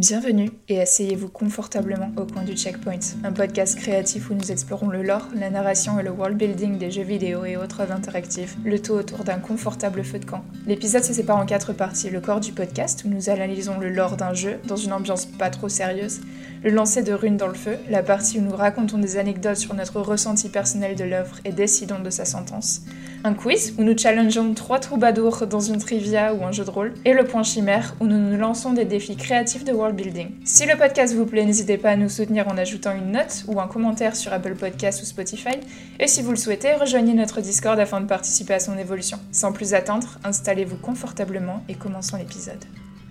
Bienvenue et asseyez-vous confortablement au coin du Checkpoint, un podcast créatif où nous explorons le lore, la narration et le world building des jeux vidéo et autres œuvres interactives, le tout autour d'un confortable feu de camp. L'épisode se sépare en 4 parties, le corps du podcast où nous analysons le lore d'un jeu dans une ambiance pas trop sérieuse, le lancer de runes dans le feu, la partie où nous racontons des anecdotes sur notre ressenti personnel de l'œuvre et décidons de sa sentence, un quiz où nous challengeons 3 troubadours dans une trivia ou un jeu de rôle, et le point chimère où nous nous lançons des défis créatifs de world building. Si le podcast vous plaît, n'hésitez pas à nous soutenir en ajoutant une note ou un commentaire sur Apple Podcasts ou Spotify, et si vous le souhaitez, rejoignez notre Discord afin de participer à son évolution. Sans plus attendre, installez-vous confortablement et commençons l'épisode.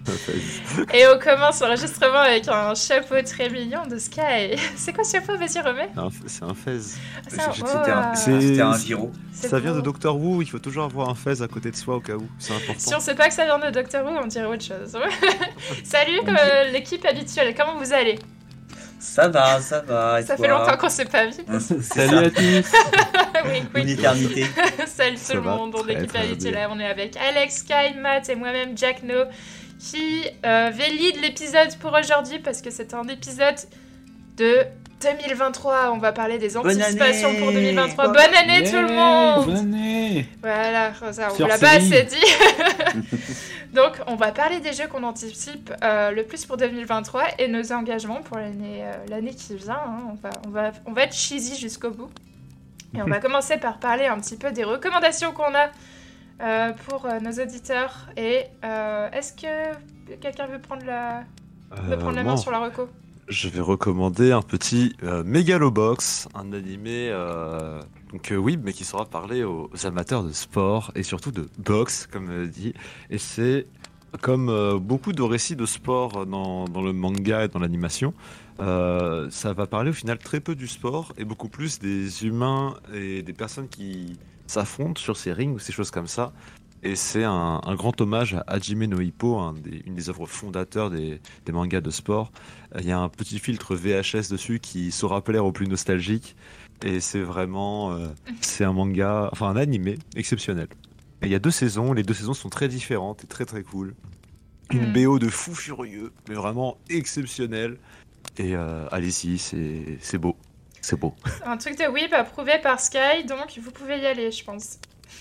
Et on commence l'enregistrement avec un chapeau très mignon de Sky. C'est quoi ce chapeau? Vas-y, remets. C'est un fez. C'était un gyro. Ça vient de Doctor Who, il faut toujours avoir un fez à côté de soi au cas où, c'est important. Si on sait pas que ça vient de Doctor Who, on dirait autre chose. Salut l'équipe habituelle, comment vous allez? Ça va. Et ça toi? fait longtemps qu'on s'est pas vu. Salut à tous. Une éternité. Salut tout le monde, on est l'équipe habituelle. On est avec Alex, Sky, Matt et moi-même Jack No, qui valide l'épisode pour aujourd'hui parce que c'est un épisode de 2023. On va parler des anticipations pour 2023. Bonne année tout le monde. Bonne année. Voilà, ça, on l'a pas assez dit. Donc, on va parler des jeux qu'on anticipe le plus pour 2023 et nos engagements pour l'année qui vient. Hein. On va être cheesy jusqu'au bout. Et on va commencer par parler un petit peu des recommandations qu'on a pour nos auditeurs. Et est-ce que quelqu'un veut prendre la main sur la reco? Je vais recommander un petit Megalobox, un animé oui, mais qui sera parlé aux amateurs de sport et surtout de boxe, comme dit. Et c'est comme beaucoup de récits de sport dans le manga et dans l'animation. Ça va parler au final très peu du sport et beaucoup plus des humains et des personnes qui s'affrontent sur ces rings ou ces choses comme ça. Et c'est un grand hommage à Hajime no Ippo, une des œuvres fondateurs des mangas de sport. Il y a un petit filtre VHS dessus qui saura plaire aux plus nostalgiques. Et c'est vraiment c'est un animé exceptionnel. Et il y a 2 saisons, les 2 saisons sont très différentes et très très cool. Une BO de fou furieux, mais vraiment exceptionnelle. Et allez-y, c'est beau. C'est beau. Un truc de whip approuvé par Sky, donc vous pouvez y aller, je pense.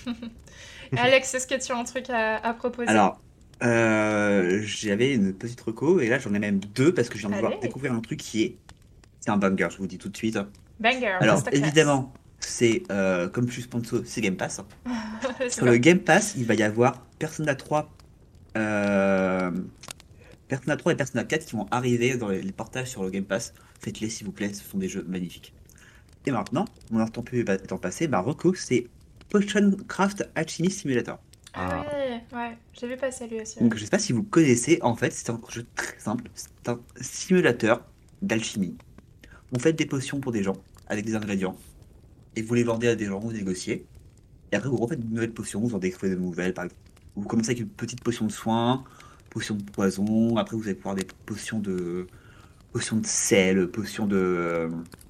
Alex, est-ce que tu as un truc à proposer? Alors, j'avais une petite reco et là j'en ai même 2 parce que je viens de découvrir un truc c'est un banger, je vous dis tout de suite. Banger. Alors évidemment, c'est comme je suis sponsor, c'est Game Pass. Sur le Game Pass, il va y avoir Persona 3 et Persona 4 qui vont arriver dans les portages sur le Game Pass. Faites-les s'il vous plaît, ce sont des jeux magnifiques. Et maintenant, mon temps plus étant passé, ma reco c'est Potion Craft Alchemy Simulator. Ah ouais, j'ai vu passer lui aussi. Donc je sais pas si vous connaissez, en fait c'est un jeu très simple, c'est un simulateur d'alchimie. Vous faites des potions pour des gens avec des ingrédients et vous les vendez à des gens, vous négociez. Et après vous refaites de nouvelles potions, vous en découvrez de nouvelles. Par exemple, vous commencez avec une petite potion de soin, potion de poison, après vous allez pouvoir des potions de sel, potion de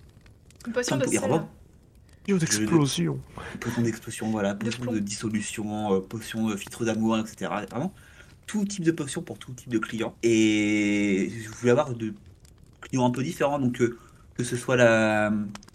sel. D'explosion. Potion d'explosion, voilà, potion de dissolution, potion de filtre d'amour, etc. Vraiment, tout type de potion pour tout type de client. Et je voulais avoir de clients un peu différents, donc que ce soit la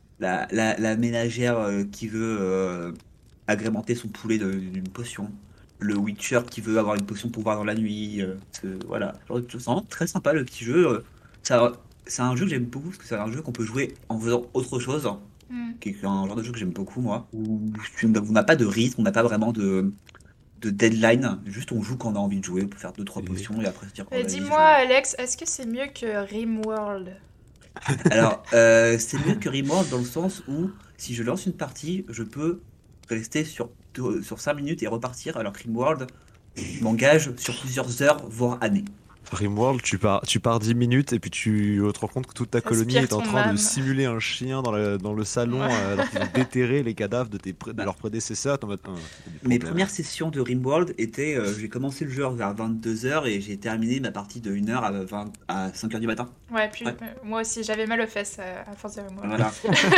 ménagère qui veut agrémenter son poulet d'une potion, le Witcher qui veut avoir une potion pour voir dans la nuit, voilà, c'est vraiment très sympa le petit jeu. C'est un jeu que j'aime beaucoup parce que c'est un jeu qu'on peut jouer en faisant autre chose. Qui est un genre de jeu que j'aime beaucoup moi, où on n'a pas de rythme, on n'a pas vraiment de deadline, juste on joue quand on a envie de jouer, on peut faire 2-3 potions et après se dire dis-moi Alex, est-ce que c'est mieux que Rimworld? Alors c'est mieux que Rimworld dans le sens où si je lance une partie, je peux rester sur 5 minutes et repartir, alors que Rimworld m'engage sur plusieurs heures voire années. Rimworld, tu pars 10 minutes et puis tu te rends compte que toute ta colonie est en train de simuler un chien dans le salon alors qu'ils ont déterré les cadavres de leurs prédécesseurs. Mes premières sessions de Rimworld étaient, j'ai commencé le jeu vers 22h et j'ai terminé ma partie de 1h à 5h du matin. Ouais, puis moi aussi j'avais mal aux fesses à force de Rimworld. Voilà.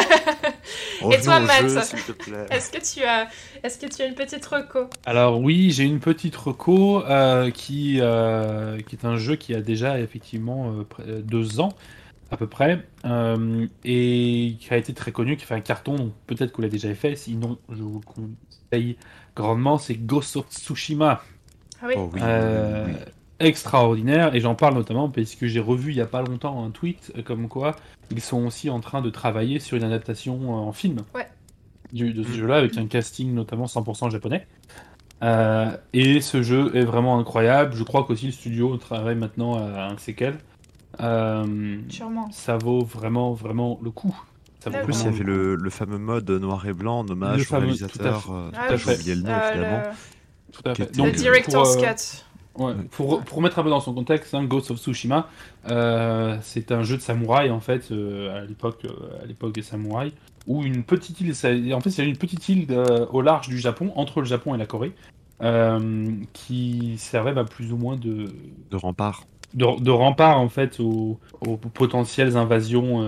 Et toi Matt, est-ce que tu as une petite reco? Alors oui, j'ai une petite reco qui est un jeu qui a déjà effectivement 2 ans à peu près, et qui a été très connu, qui fait un carton, donc peut-être que vous l'avez déjà fait, sinon je vous le conseille grandement, c'est Ghost of Tsushima. Ah oui. Oh oui, Euh, oui, oui. Extraordinaire, et j'en parle notamment parce que j'ai revu il y a pas longtemps un tweet comme quoi ils sont aussi en train de travailler sur une adaptation en film Ouais. de ce jeu-là, avec un casting notamment 100% japonais. Et ce jeu est vraiment incroyable. Je crois qu'aussi le studio travaille maintenant à un sequel. Sûrement. Ça vaut vraiment, vraiment le coup. Ça vaut En En plus, il y vraiment avait le coup. le fameux mode noir et blanc en hommage Le au fameux, réalisateur. Ah à oui, fait. J'ai oublié le nom évidemment. Tout à Qui fait. était- Le Donc, Director's pour, Cut. ouais, Ouais. pour mettre un peu dans son contexte, Ghost of Tsushima, c'est un jeu de samouraï en fait, à l'époque des samouraïs, où une petite île, en fait c'est une petite île au large du Japon, entre le Japon et la Corée, qui servait plus ou moins De rempart. de rempart en fait aux potentielles invasions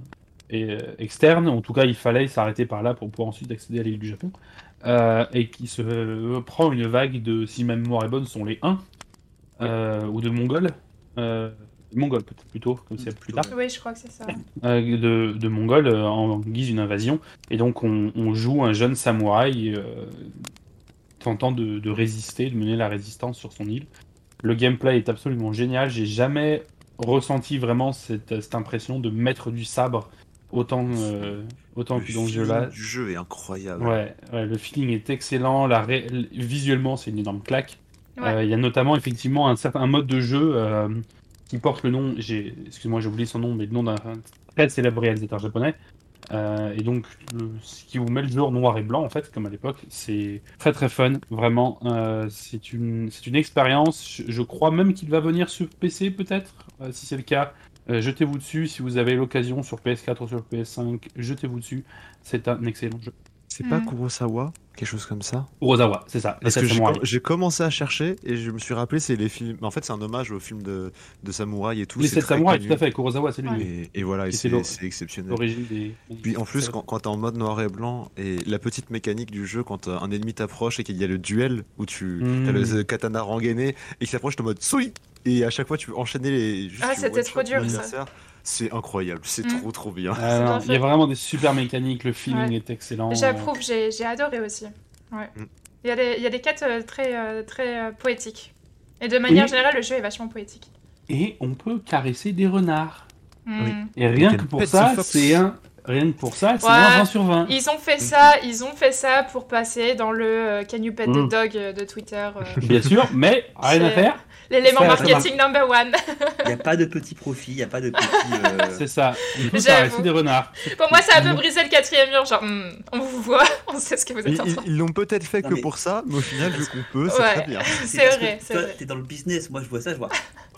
externes. En tout cas, il fallait s'arrêter par là pour pouvoir ensuite accéder à l'île du Japon. Et qui se prend une vague de, si ma mémoire est bonne, sont les Huns, ou de Mongols. Mongols peut-être plutôt, comme c'est plus tard. Oui, je crois que c'est ça. De Mongols en guise d'une invasion. Et donc on joue un jeune samouraï tentant de résister, de mener la résistance sur son île. Le gameplay est absolument génial. J'ai jamais ressenti vraiment cette impression de mettre du sabre autant que dans ce jeu-là. Du jeu est incroyable. Ouais, le feeling est excellent. Visuellement, c'est une énorme claque. Ouais. Il y a notamment effectivement un mode de jeu qui porte le nom, excuse-moi, j'ai oublié son nom, mais le nom d'un très célèbre réalisateur japonais. Et donc, ce qui vous met le jeu en noir et blanc, en fait, comme à l'époque, c'est très très fun, vraiment. C'est une expérience. Je crois même qu'il va venir sur PC, peut-être. Si c'est le cas, jetez-vous dessus. Si vous avez l'occasion sur PS4 ou sur PS5, jetez-vous dessus. C'est un excellent jeu. C'est pas Mhm. Kurosawa, quelque chose comme ça? Kurosawa, c'est ça. Les Parce que sept samouraïs. j'ai commencé à chercher et je me suis rappelé, c'est les films. En fait, c'est un hommage aux films de samouraï et tout. Les C'est 7 très samouraïs, connu. tout à fait. Kurosawa, c'est lui. Ouais. Et voilà, et Et c'est c'est exceptionnel. L'origine des. Puis en plus, quand t'es en mode noir et blanc, et la petite mécanique du jeu, quand un ennemi t'approche et qu'il y a le duel où t'as le katana rengainé et qu'il s'approche, t'es en mode Sui! Et à chaque fois, tu peux enchaîner les. Juste, Ah, tu c'était one-shot trop dur, ça. l'adversaire. C'est incroyable, c'est Mm. trop bien. Ah, non, bien il y a fait. vraiment des super mécaniques, le feeling Ouais. est excellent. J'approuve, j'ai adoré aussi. Ouais. Mm. Il y a des quêtes très poétiques. Et de manière Oui. générale, le jeu est vachement poétique. Et on peut caresser des renards. Mm. Oui. Et rien You que can pour pet ça, the fox. rien que pour ça, c'est Ouais. un 20 sur 20. Ils ont fait ça pour passer dans le Can You Pet the Mm. Dog de Twitter. Bien sûr, mais rien à C'est- faire. L'élément Ça, marketing number one. Il n'y a pas de petit profit, il n'y a pas de petit. C'est ça. On peut J'avoue. caresser des renards. Pour moi, ça a un peu brisé le quatrième mur. Genre, on vous voit, on sait ce que vous êtes en train de Ils l'ont peut-être fait Non, que mais- pour ça, mais au final, vu qu'on peut, c'est Ouais. très bien. C'est parce que vrai, c'est toi, vrai. t'es dans le business, moi je vois ça, je vois.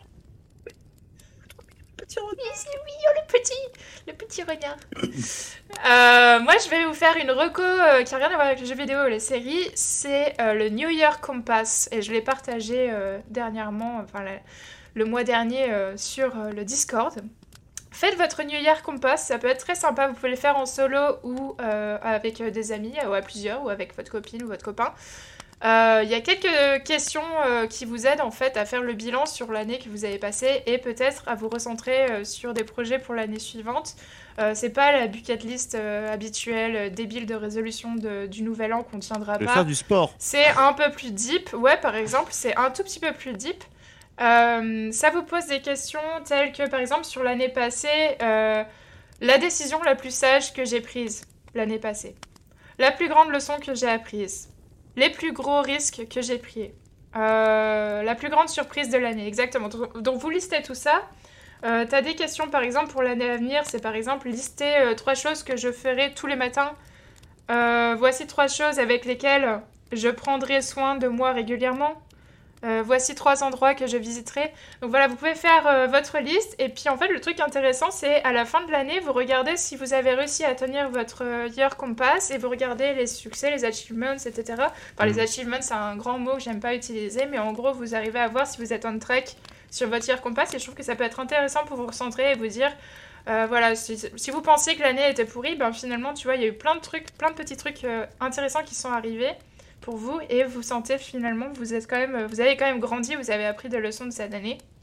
Petit renard. Le petit renard. Moi, je vais vous faire une reco qui n'a rien à voir avec les jeux vidéo ou les séries. C'est le New Year Compass. Et je l'ai partagé dernièrement, le mois dernier, sur le Discord. Faites votre New Year Compass, ça peut être très sympa. Vous pouvez le faire en solo ou avec des amis, ou à plusieurs, ou avec votre copine ou votre copain. Il y a quelques questions qui vous aident en fait à faire le bilan sur l'année que vous avez passée et peut-être à vous recentrer sur des projets pour l'année suivante. C'est pas la bucket list habituelle débile de résolution du nouvel an qu'on tiendra Je vais pas. faire du sport. C'est un peu plus deep, ouais, par exemple, c'est un tout petit peu plus deep. Ça vous pose des questions telles que, par exemple, sur l'année passée, la décision la plus sage que j'ai prise l'année passée, la plus grande leçon que j'ai apprise, les plus gros risques que j'ai pris, la plus grande surprise de l'année, exactement. Donc vous listez tout ça. T'as des questions, par exemple, pour l'année à venir, c'est par exemple lister 3 choses que je ferai tous les matins. Voici 3 choses avec lesquelles je prendrai soin de moi régulièrement. Voici 3 endroits que je visiterai. Donc voilà, vous pouvez faire votre liste. Et puis en fait, le truc intéressant, c'est à la fin de l'année, vous regardez si vous avez réussi à tenir votre Year Compass et vous regardez les succès, les achievements, etc. Enfin, les achievements, c'est un grand mot que j'aime pas utiliser, mais en gros, vous arrivez à voir si vous êtes on track sur votre Year Compass. Et je trouve que ça peut être intéressant pour vous recentrer et vous dire, voilà, si vous pensiez que l'année était pourrie, ben finalement, tu vois, il y a eu plein de petits trucs intéressants qui sont arrivés pour vous et vous sentez finalement que vous avez quand même grandi, vous avez appris des leçons de cette année.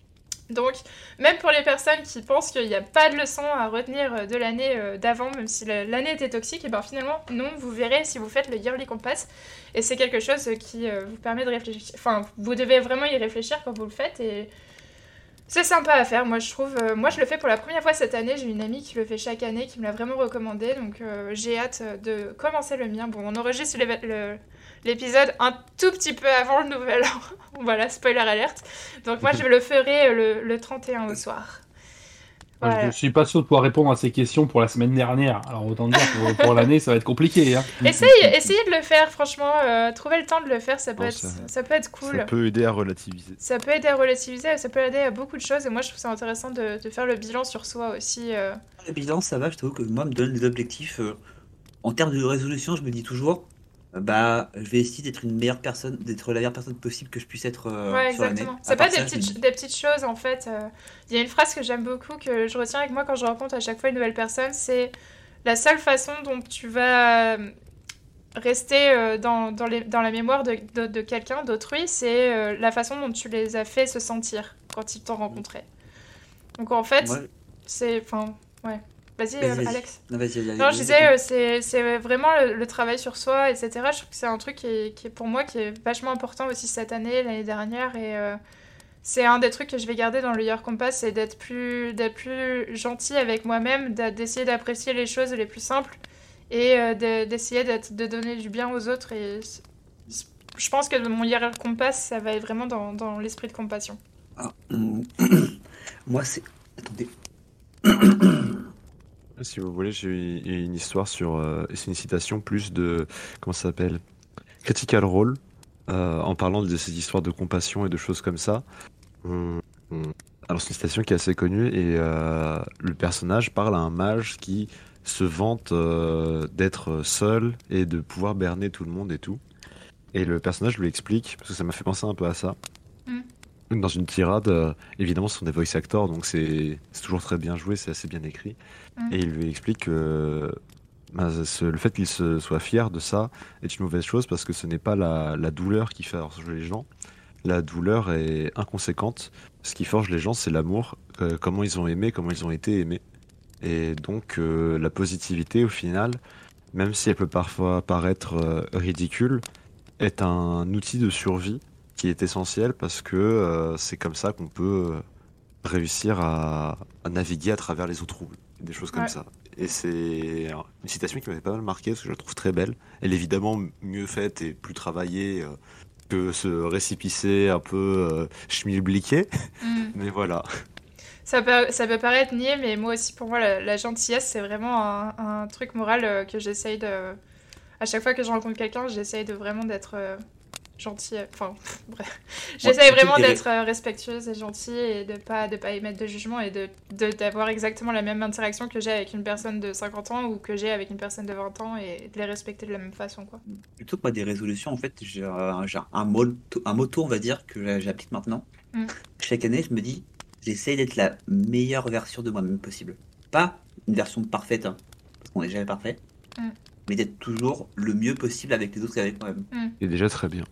Donc, même pour les personnes qui pensent qu'il n'y a pas de leçon à retenir de l'année d'avant, même si l'année était toxique, et ben finalement, non, vous verrez si vous faites le Yearly Compass. Et c'est quelque chose qui vous permet de réfléchir. Enfin, vous devez vraiment y réfléchir quand vous le faites. Et c'est sympa à faire, moi je trouve. Moi, je le fais pour la première fois cette année. J'ai une amie qui le fait chaque année, qui me l'a vraiment recommandé. Donc, j'ai hâte de commencer le mien. Bon, on enregistre l'épisode un tout petit peu avant le nouvel an. Voilà, spoiler alerte. Donc moi, je le ferai le 31 au soir. Voilà. Je suis pas sûr de pouvoir répondre à ces questions pour la semaine dernière. Alors autant dire que pour l'année, ça va être compliqué. Hein. Essayez de le faire, franchement. Trouvez le temps de le faire, ça peut être cool. Ça peut aider à relativiser. Ça peut aider à relativiser, ça peut aider à beaucoup de choses. Et moi, je trouve ça intéressant de faire le bilan sur soi aussi. Le bilan, ça va, je trouve que moi, me donne des objectifs. En termes de résolution, je me dis toujours... je vais essayer d'être une meilleure personne, d'être la meilleure personne possible que je puisse être ouais, sur l'année. Exactement. Ça peut être des petites choses en fait. Il y a une phrase que j'aime beaucoup, que je retiens avec moi quand je rencontre à chaque fois une nouvelle personne, c'est la seule façon dont tu vas rester dans la mémoire de quelqu'un, d'autrui, c'est la façon dont tu les as fait se sentir quand ils t'ont rencontré. Donc en fait, c'est... Enfin, ouais. Vas-y, Alex. Non, je disais, c'est vraiment le travail sur soi, etc. Je trouve que c'est un truc qui est pour moi qui est vachement important aussi cette année, l'année dernière. Et c'est un des trucs que je vais garder dans le Year Compass, c'est d'être plus gentil avec moi-même, d'essayer d'apprécier les choses les plus simples et d'essayer de donner du bien aux autres. Et je pense que mon Year Compass, ça va être vraiment dans l'esprit de compassion. Moi, c'est... Attendez... Si vous voulez, j'ai une histoire sur... c'est une citation plus de... Comment ça s'appelle ? Critical Role, en parlant de ces histoires de compassion et de choses comme ça. Alors c'est une citation qui est assez connue et le personnage parle à un mage qui se vante d'être seul et de pouvoir berner tout le monde et tout. Et le personnage lui explique, parce que ça m'a fait penser un peu à ça. Dans une tirade, évidemment ce sont des voice actors, donc c'est toujours très bien joué, c'est assez bien écrit. Et il lui explique que le fait qu'il soit fier de ça est une mauvaise chose parce que ce n'est pas la douleur qui fait forger les gens. La douleur est inconséquente. Ce qui forge les gens, c'est l'amour, comment ils ont aimé, comment ils ont été aimés. Et donc la positivité, au final, même si elle peut parfois paraître ridicule, est un outil de survie qui est essentiel parce que c'est comme ça qu'on peut réussir à naviguer à travers les eaux troubles, des choses comme ça. Et c'est une citation qui m'avait pas mal marqué parce que je la trouve très belle. Elle est évidemment mieux faite et plus travaillée que ce récépissé un peu schmilbliqué, mais voilà. Ça peut paraître niais, mais moi aussi, pour moi, la gentillesse, c'est vraiment un truc moral que j'essaye de... À chaque fois que je rencontre quelqu'un, j'essaye de vraiment d'être... gentille, enfin bref, j'essaye vraiment d'être respectueuse et gentille et de pas émettre de jugement et d'avoir exactement la même interaction que j'ai avec une personne de 50 ans ou que j'ai avec une personne de 20 ans et de les respecter de la même façon, quoi. Plutôt que moi des résolutions, en fait, j'ai un motto, on va dire, que j'applique maintenant. Chaque année, je me dis, j'essaye d'être la meilleure version de moi-même possible. Pas une version parfaite, hein, parce qu'on n'est jamais parfait, mais d'être toujours le mieux possible avec les autres et avec moi-même. C'est déjà très bien.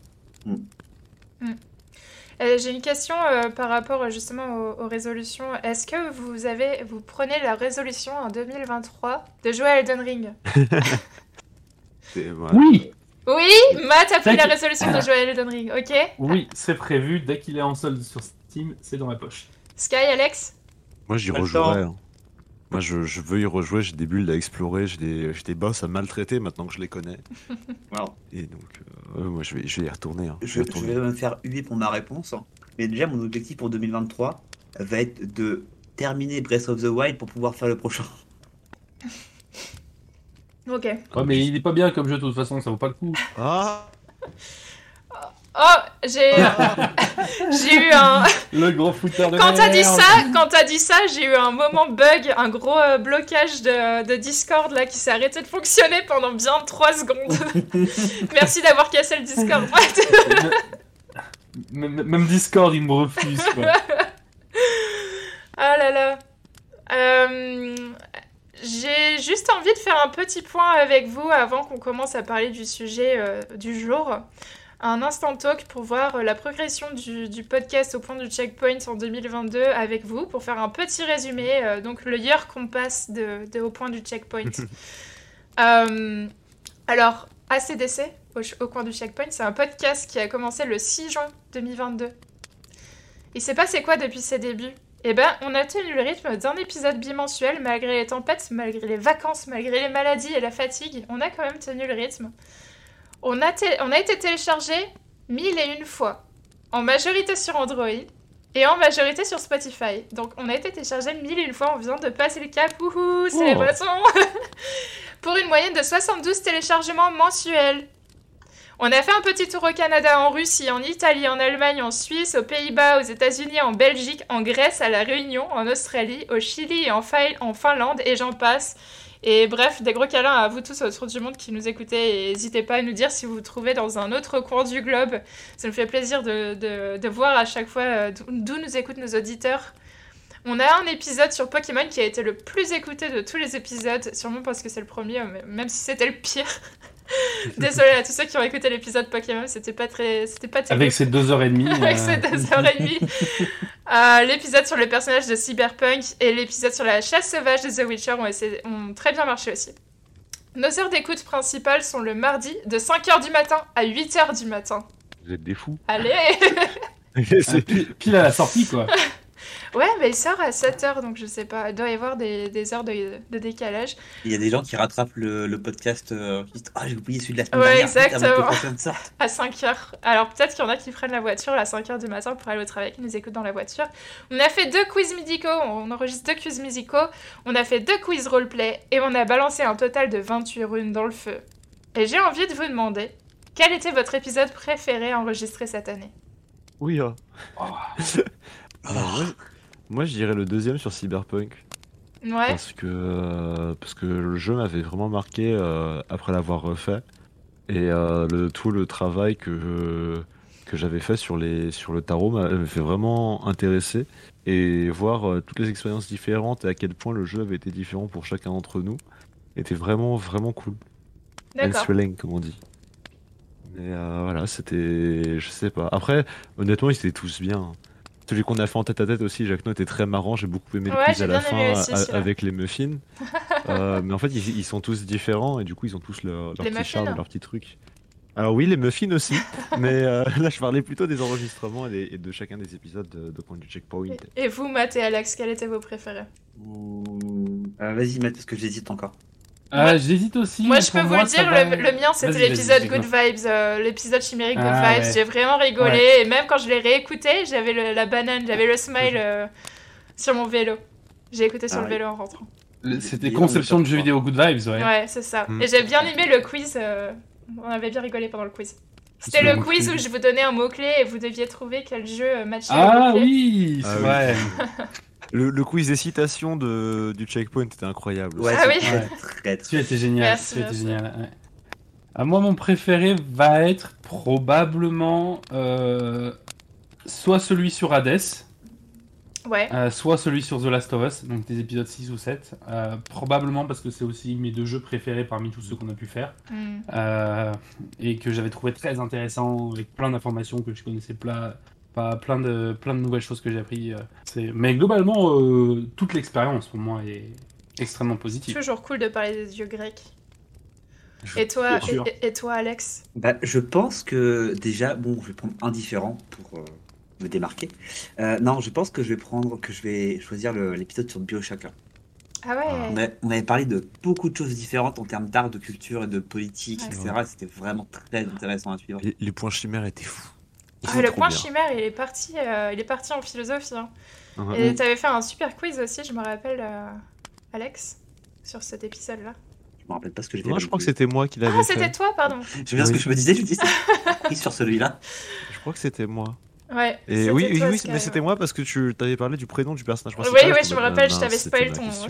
J'ai une question par rapport justement aux résolutions. Est-ce que vous prenez la résolution en 2023 de jouer à Elden Ring? Oui. Oui, Matt a pris la résolution de jouer à Elden Ring, ok? Oui, c'est prévu. Dès qu'il est en solde sur Steam, c'est dans ma poche. Sky, Alex? Moi j'y rejouerai. Hein. Moi je veux y rejouer, j'ai des builds à explorer, j'ai des boss à maltraiter maintenant que je les connais. Wow. Et donc moi je vais y retourner. Hein. Je vais me faire huer pour ma réponse. Hein. Mais déjà mon objectif pour 2023 va être de terminer Breath of the Wild pour pouvoir faire le prochain. Ok. Ouais, mais il est pas bien comme jeu de toute façon, ça vaut pas le coup. Ah. Oh, j'ai eu un... Le gros fouteur de quand merde. Quand t'as dit ça, j'ai eu un moment bug, un gros blocage de Discord là qui s'est arrêté de fonctionner pendant bien 3 secondes. Merci d'avoir cassé le Discord. Même Discord, il me refuse, quoi. Ah là là. J'ai juste envie de faire un petit point avec vous avant qu'on commence à parler du sujet du jour. un instant talk pour voir la progression du podcast au point du checkpoint en 2022 avec vous, pour faire un petit résumé. Donc le year qu'on passe de au point du checkpoint. Alors, ACDC, au coin du checkpoint, c'est un podcast qui a commencé le 6 juin 2022. Il s'est passé quoi depuis ses débuts ? Eh ben, on a tenu le rythme d'un épisode bimensuel, malgré les tempêtes, malgré les vacances, malgré les maladies et la fatigue. On a quand même tenu le rythme. On a été téléchargé 1001 fois, en majorité sur Android et en majorité sur Spotify. Donc on a été téléchargé 1001 fois en faisant de passer le cap, wouhou, célébration, pour une moyenne de 72 téléchargements mensuels. On a fait un petit tour au Canada, en Russie, en Italie, en Allemagne, en Suisse, aux Pays-Bas, aux États-Unis, en Belgique, en Grèce, à La Réunion, en Australie, au Chili et en Finlande, et j'en passe. Et bref, des gros câlins à vous tous autour du monde qui nous écoutez, et n'hésitez pas à nous dire si vous vous trouvez dans un autre coin du globe. Ça nous fait plaisir de voir à chaque fois d'où nous écoutent nos auditeurs. On a un épisode sur Pokémon qui a été le plus écouté de tous les épisodes, sûrement parce que c'est le premier, même si c'était le pire. Désolée à tous ceux qui ont écouté l'épisode Pokémon, c'était pas terrible. Avec ses 2h30. Avec ses 2h30. L'épisode sur le personnage de Cyberpunk et l'épisode sur la chasse sauvage de The Witcher ont très bien marché aussi. Nos heures d'écoute principales sont le mardi de 5h du matin à 8h du matin. Vous êtes des fous. Allez. Pile à la sortie, quoi. Ouais, mais il sort à 7h, donc je sais pas. Il doit y avoir des heures de décalage. Il y a des gens qui rattrapent le podcast qui disent « Ah, j'ai oublié celui de la semaine Ouais, dernière. exactement. Ça. À 5h. Alors peut-être qu'il y en a qui prennent la voiture à 5h du matin pour aller au travail, qui nous écoutent dans la voiture. On a fait 2 quiz musicaux, on enregistre 2 quiz musicaux, on a fait 2 quiz roleplay et on a balancé un total de 28 runes dans le feu. Et j'ai envie de vous demander, quel était votre épisode préféré enregistré cette année ? Oui, hein. Alors, moi, je dirais le deuxième sur Cyberpunk. Ouais. Parce que le jeu m'avait vraiment marqué après l'avoir refait. Et tout le travail que j'avais fait sur le tarot m'avait fait vraiment intéresser. Et voir toutes les expériences différentes et à quel point le jeu avait été différent pour chacun d'entre nous était vraiment, vraiment cool. D'accord. Enthralling, comme on dit. Mais voilà, c'était... Je sais pas. Après, honnêtement, ils étaient tous bien. Celui qu'on a fait en tête à tête aussi, Jacques No, était très marrant. J'ai beaucoup aimé le quiz à la fin aussi, avec les muffins. Mais en fait, ils sont tous différents et du coup, ils ont tous leur petit charme et leur petit truc. Alors oui, les muffins aussi. Mais là, je parlais plutôt des enregistrements et de chacun des épisodes de Point du Checkpoint. Et vous, Matt et Alex, quels étaient vos préférés ? Vas-y, Matt, parce que j'hésite encore. J'hésite aussi. Moi, je peux vous le dire, le mien, c'était l'épisode Good Vibes, l'épisode chimérique Good Vibes. Ouais. J'ai vraiment rigolé. Ouais. Et même quand je l'ai réécouté, j'avais la banane, j'avais le smile sur mon vélo. J'ai écouté sur le vélo en rentrant. C'était conception de jeux vidéo Good Vibes, ouais. Ouais, c'est ça. Et j'ai bien aimé le quiz. On avait bien rigolé pendant le quiz. C'était le quiz où je vous donnais un mot-clé et vous deviez trouver quel jeu matchait le mot-clé. Ah oui, c'est vrai. Le quiz des citations du checkpoint était incroyable. Ouais, ah oui. Tu étais génial. Ouais. Moi, mon préféré va être probablement soit celui sur Hades, ouais. Soit celui sur The Last of Us, donc des épisodes 6 ou 7. Probablement parce que c'est aussi mes 2 jeux préférés parmi tous ceux qu'on a pu faire. Et que j'avais trouvé très intéressant, avec plein d'informations que je connaissais plein de nouvelles choses que j'ai appris. Mais globalement, toute l'expérience pour moi est extrêmement positive. Toujours cool de parler des dieux grecs. Et toi, Alex ? Je pense que déjà, je vais prendre un différent pour me démarquer. Non, je pense que je vais choisir l'épisode sur BioShock. Ah ouais. On avait parlé de beaucoup de choses différentes en termes d'art, de culture et de politique, etc. C'était vraiment très intéressant à suivre. Les points chimères étaient fous. Le point chimère, il est parti en philosophie. Hein. Et t'avais fait un super quiz aussi, je me rappelle, Alex, sur cet épisode-là. Je me rappelle pas ce que j'ai fait. Moi, je crois que c'était moi qui l'avais fait. Ah, c'était toi, pardon. Je veux dire ce que je me disais, quiz sur celui-là. Je crois que c'était moi. Ouais. Et oui, mais c'était moi parce que tu t'avais parlé du prénom du personnage principal. Oui, je me rappelle, je t'avais spoil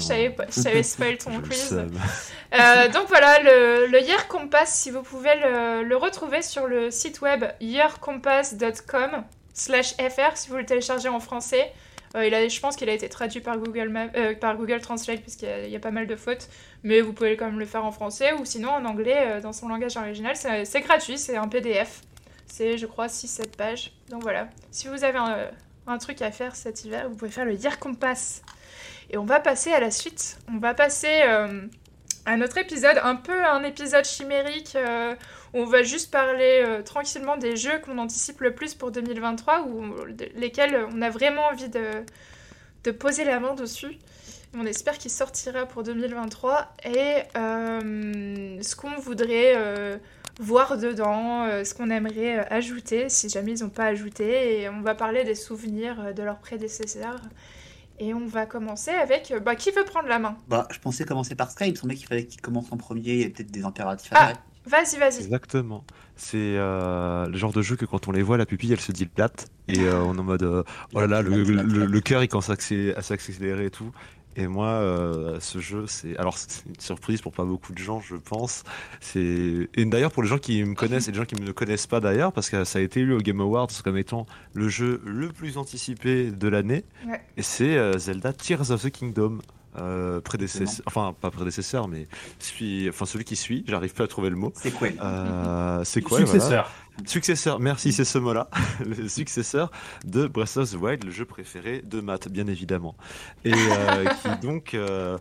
ton quiz. Donc voilà, le Year Compass, si vous pouvez le retrouver sur le site web yearcompass.com/fr si vous le téléchargez en français. Je pense qu'il a été traduit par Google Translate puisqu'il y a pas mal de fautes, mais vous pouvez quand même le faire en français ou sinon en anglais dans son langage original. C'est gratuit, c'est un PDF. C'est, je crois, 6-7 pages. Donc voilà, si vous avez un truc à faire cet hiver, vous pouvez faire le Year Compass. Et on va passer à la suite. On va passer à notre épisode, un peu un épisode chimérique, où on va juste parler tranquillement des jeux qu'on anticipe le plus pour 2023, lesquels on a vraiment envie de poser la main dessus. On espère qu'il sortira pour 2023. Et ce qu'on voudrait voir dedans, ce qu'on aimerait ajouter, si jamais ils n'ont pas ajouté. Et on va parler des souvenirs de leurs prédécesseurs. Et on va commencer avec... qui veut prendre la main ? Je pensais commencer par Sky, il me semblait qu'il fallait qu'il commence en premier, il y a peut-être des impératifs à faire. Vas-y. Exactement. C'est le genre de jeu que quand on les voit, la pupille, elle se dilate. Et on est en mode, oh là là, le cœur, il commence à s'accélérer et tout. Et moi, ce jeu, c'est une surprise pour pas beaucoup de gens, je pense. Et d'ailleurs, pour les gens qui me connaissent et les gens qui ne me connaissent pas d'ailleurs, parce que ça a été élu au Game Awards comme étant le jeu le plus anticipé de l'année. Ouais. Et c'est Zelda Tears of the Kingdom. Prédécesseur, enfin pas prédécesseur, mais celui qui suit, j'arrive pas à trouver le mot. C'est quoi C'est quoi Successeur. Voilà. Successeur, merci, c'est ce mot-là. Le successeur de Breath of the Wild, le jeu préféré de Matt, bien évidemment. Et qui donc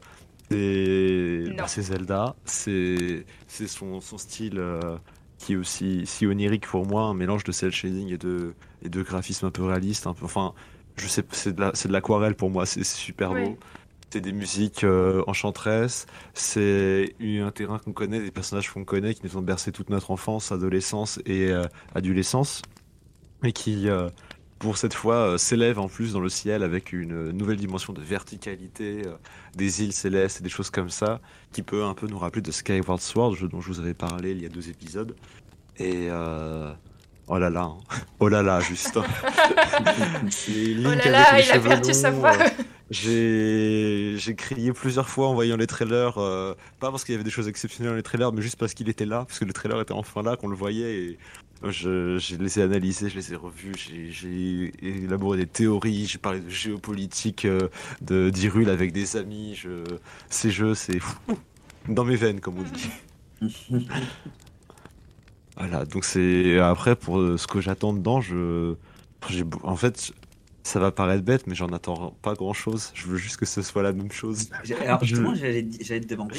c'est Zelda, c'est son style qui est aussi si onirique pour moi, un mélange de cel shading et de graphisme un peu réaliste, un peu, enfin, je sais, c'est de l'aquarelle pour moi, c'est super beau. C'est des musiques enchanteresses, c'est un terrain qu'on connaît, des personnages qu'on connaît, qui nous ont bercé toute notre enfance, adolescence et adolescence, et qui, pour cette fois, s'élève en plus dans le ciel avec une nouvelle dimension de verticalité, des îles célestes et des choses comme ça, qui peut un peu nous rappeler de Skyward Sword, jeu dont je vous avais parlé il y a 2 épisodes. Et oh là là, juste. Oh là là, il a perdu sa voix. J'ai crié plusieurs fois en voyant les trailers, pas parce qu'il y avait des choses exceptionnelles dans les trailers, mais juste parce qu'il était là, parce que le trailer était enfin là, qu'on le voyait, et je les ai analysés, je les ai revus, j'ai élaboré des théories, j'ai parlé de géopolitique, d'Hyrule avec des amis, ces jeux, c'est dans mes veines, comme on dit. Voilà, donc c'est après pour ce que j'attends dedans, en fait, ça va paraître bête, mais j'en attends pas grand chose. Je veux juste que ce soit la même chose. Alors justement, j'allais te demander,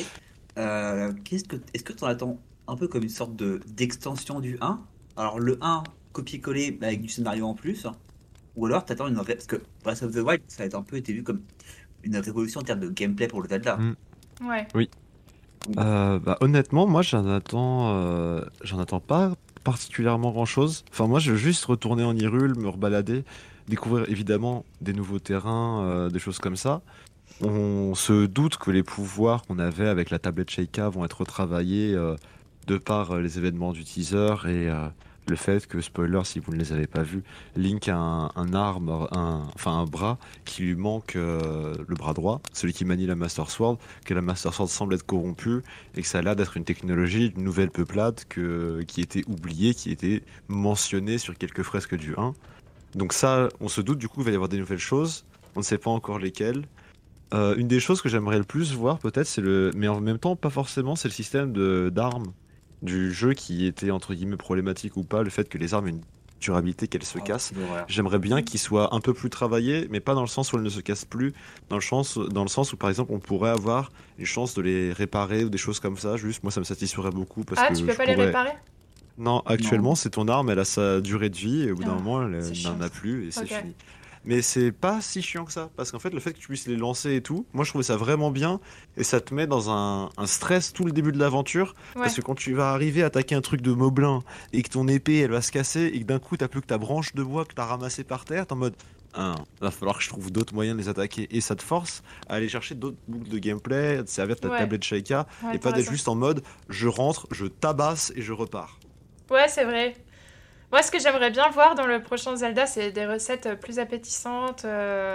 est-ce que tu en attends un peu comme une sorte d'extension du 1? Alors le 1 copier-coller avec du scénario en plus, ou alors t'attends une vraie, parce que Breath of the Wild, ça a un peu été vu comme une révolution en termes de gameplay pour le Zelda. Ouais. Oui. Honnêtement, moi j'en attends pas particulièrement grand chose. Enfin, moi je veux juste retourner en Hyrule, me rebalader, découvrir évidemment des nouveaux terrains, des choses comme ça. On se doute que les pouvoirs qu'on avait avec la tablette Sheikah vont être retravaillés de par les événements du teaser et le fait que, spoiler si vous ne les avez pas vus, Link a un arme, un bras qui lui manque, le bras droit, celui qui manie la Master Sword, que la Master Sword semble être corrompue et que ça a l'air d'être une technologie, une nouvelle peuplade qui était oubliée, qui était mentionnée sur quelques fresques du 1. Donc ça, on se doute du coup qu'il va y avoir des nouvelles choses, on ne sait pas encore lesquelles. Une des choses que j'aimerais le plus voir peut-être, mais en même temps pas forcément, c'est le système d'armes du jeu qui était entre guillemets problématique ou pas, le fait que les armes aient une durabilité, qu'elles se cassent. J'aimerais bien qu'ils soient un peu plus travaillés, mais pas dans le sens où elles ne se cassent plus, dans le sens où par exemple on pourrait avoir une chance de les réparer ou des choses comme ça. Juste moi ça me satisferait beaucoup parce que tu peux pas les réparer? Non, actuellement c'est ton arme, elle a sa durée de vie et au bout d'un moment elle n'en a plus et c'est Ok. fini. Mais c'est pas si chiant que ça, parce qu'en fait le fait que tu puisses les lancer et tout, moi je trouvais ça vraiment bien, et ça te met dans un stress tout le début de l'aventure, parce que quand tu vas arriver à attaquer un truc de moblin, et que ton épée elle va se casser, et que d'un coup t'as plus que ta branche de bois que t'as ramassée par terre, t'es en mode va falloir que je trouve d'autres moyens de les attaquer, et ça te force à aller chercher d'autres boucles de gameplay, de servir de ta tablette Sheikah, et pas d'être juste en mode je rentre, je tabasse et je repars. Ouais, c'est vrai. Moi, ce que j'aimerais bien voir dans le prochain Zelda, c'est des recettes plus appétissantes.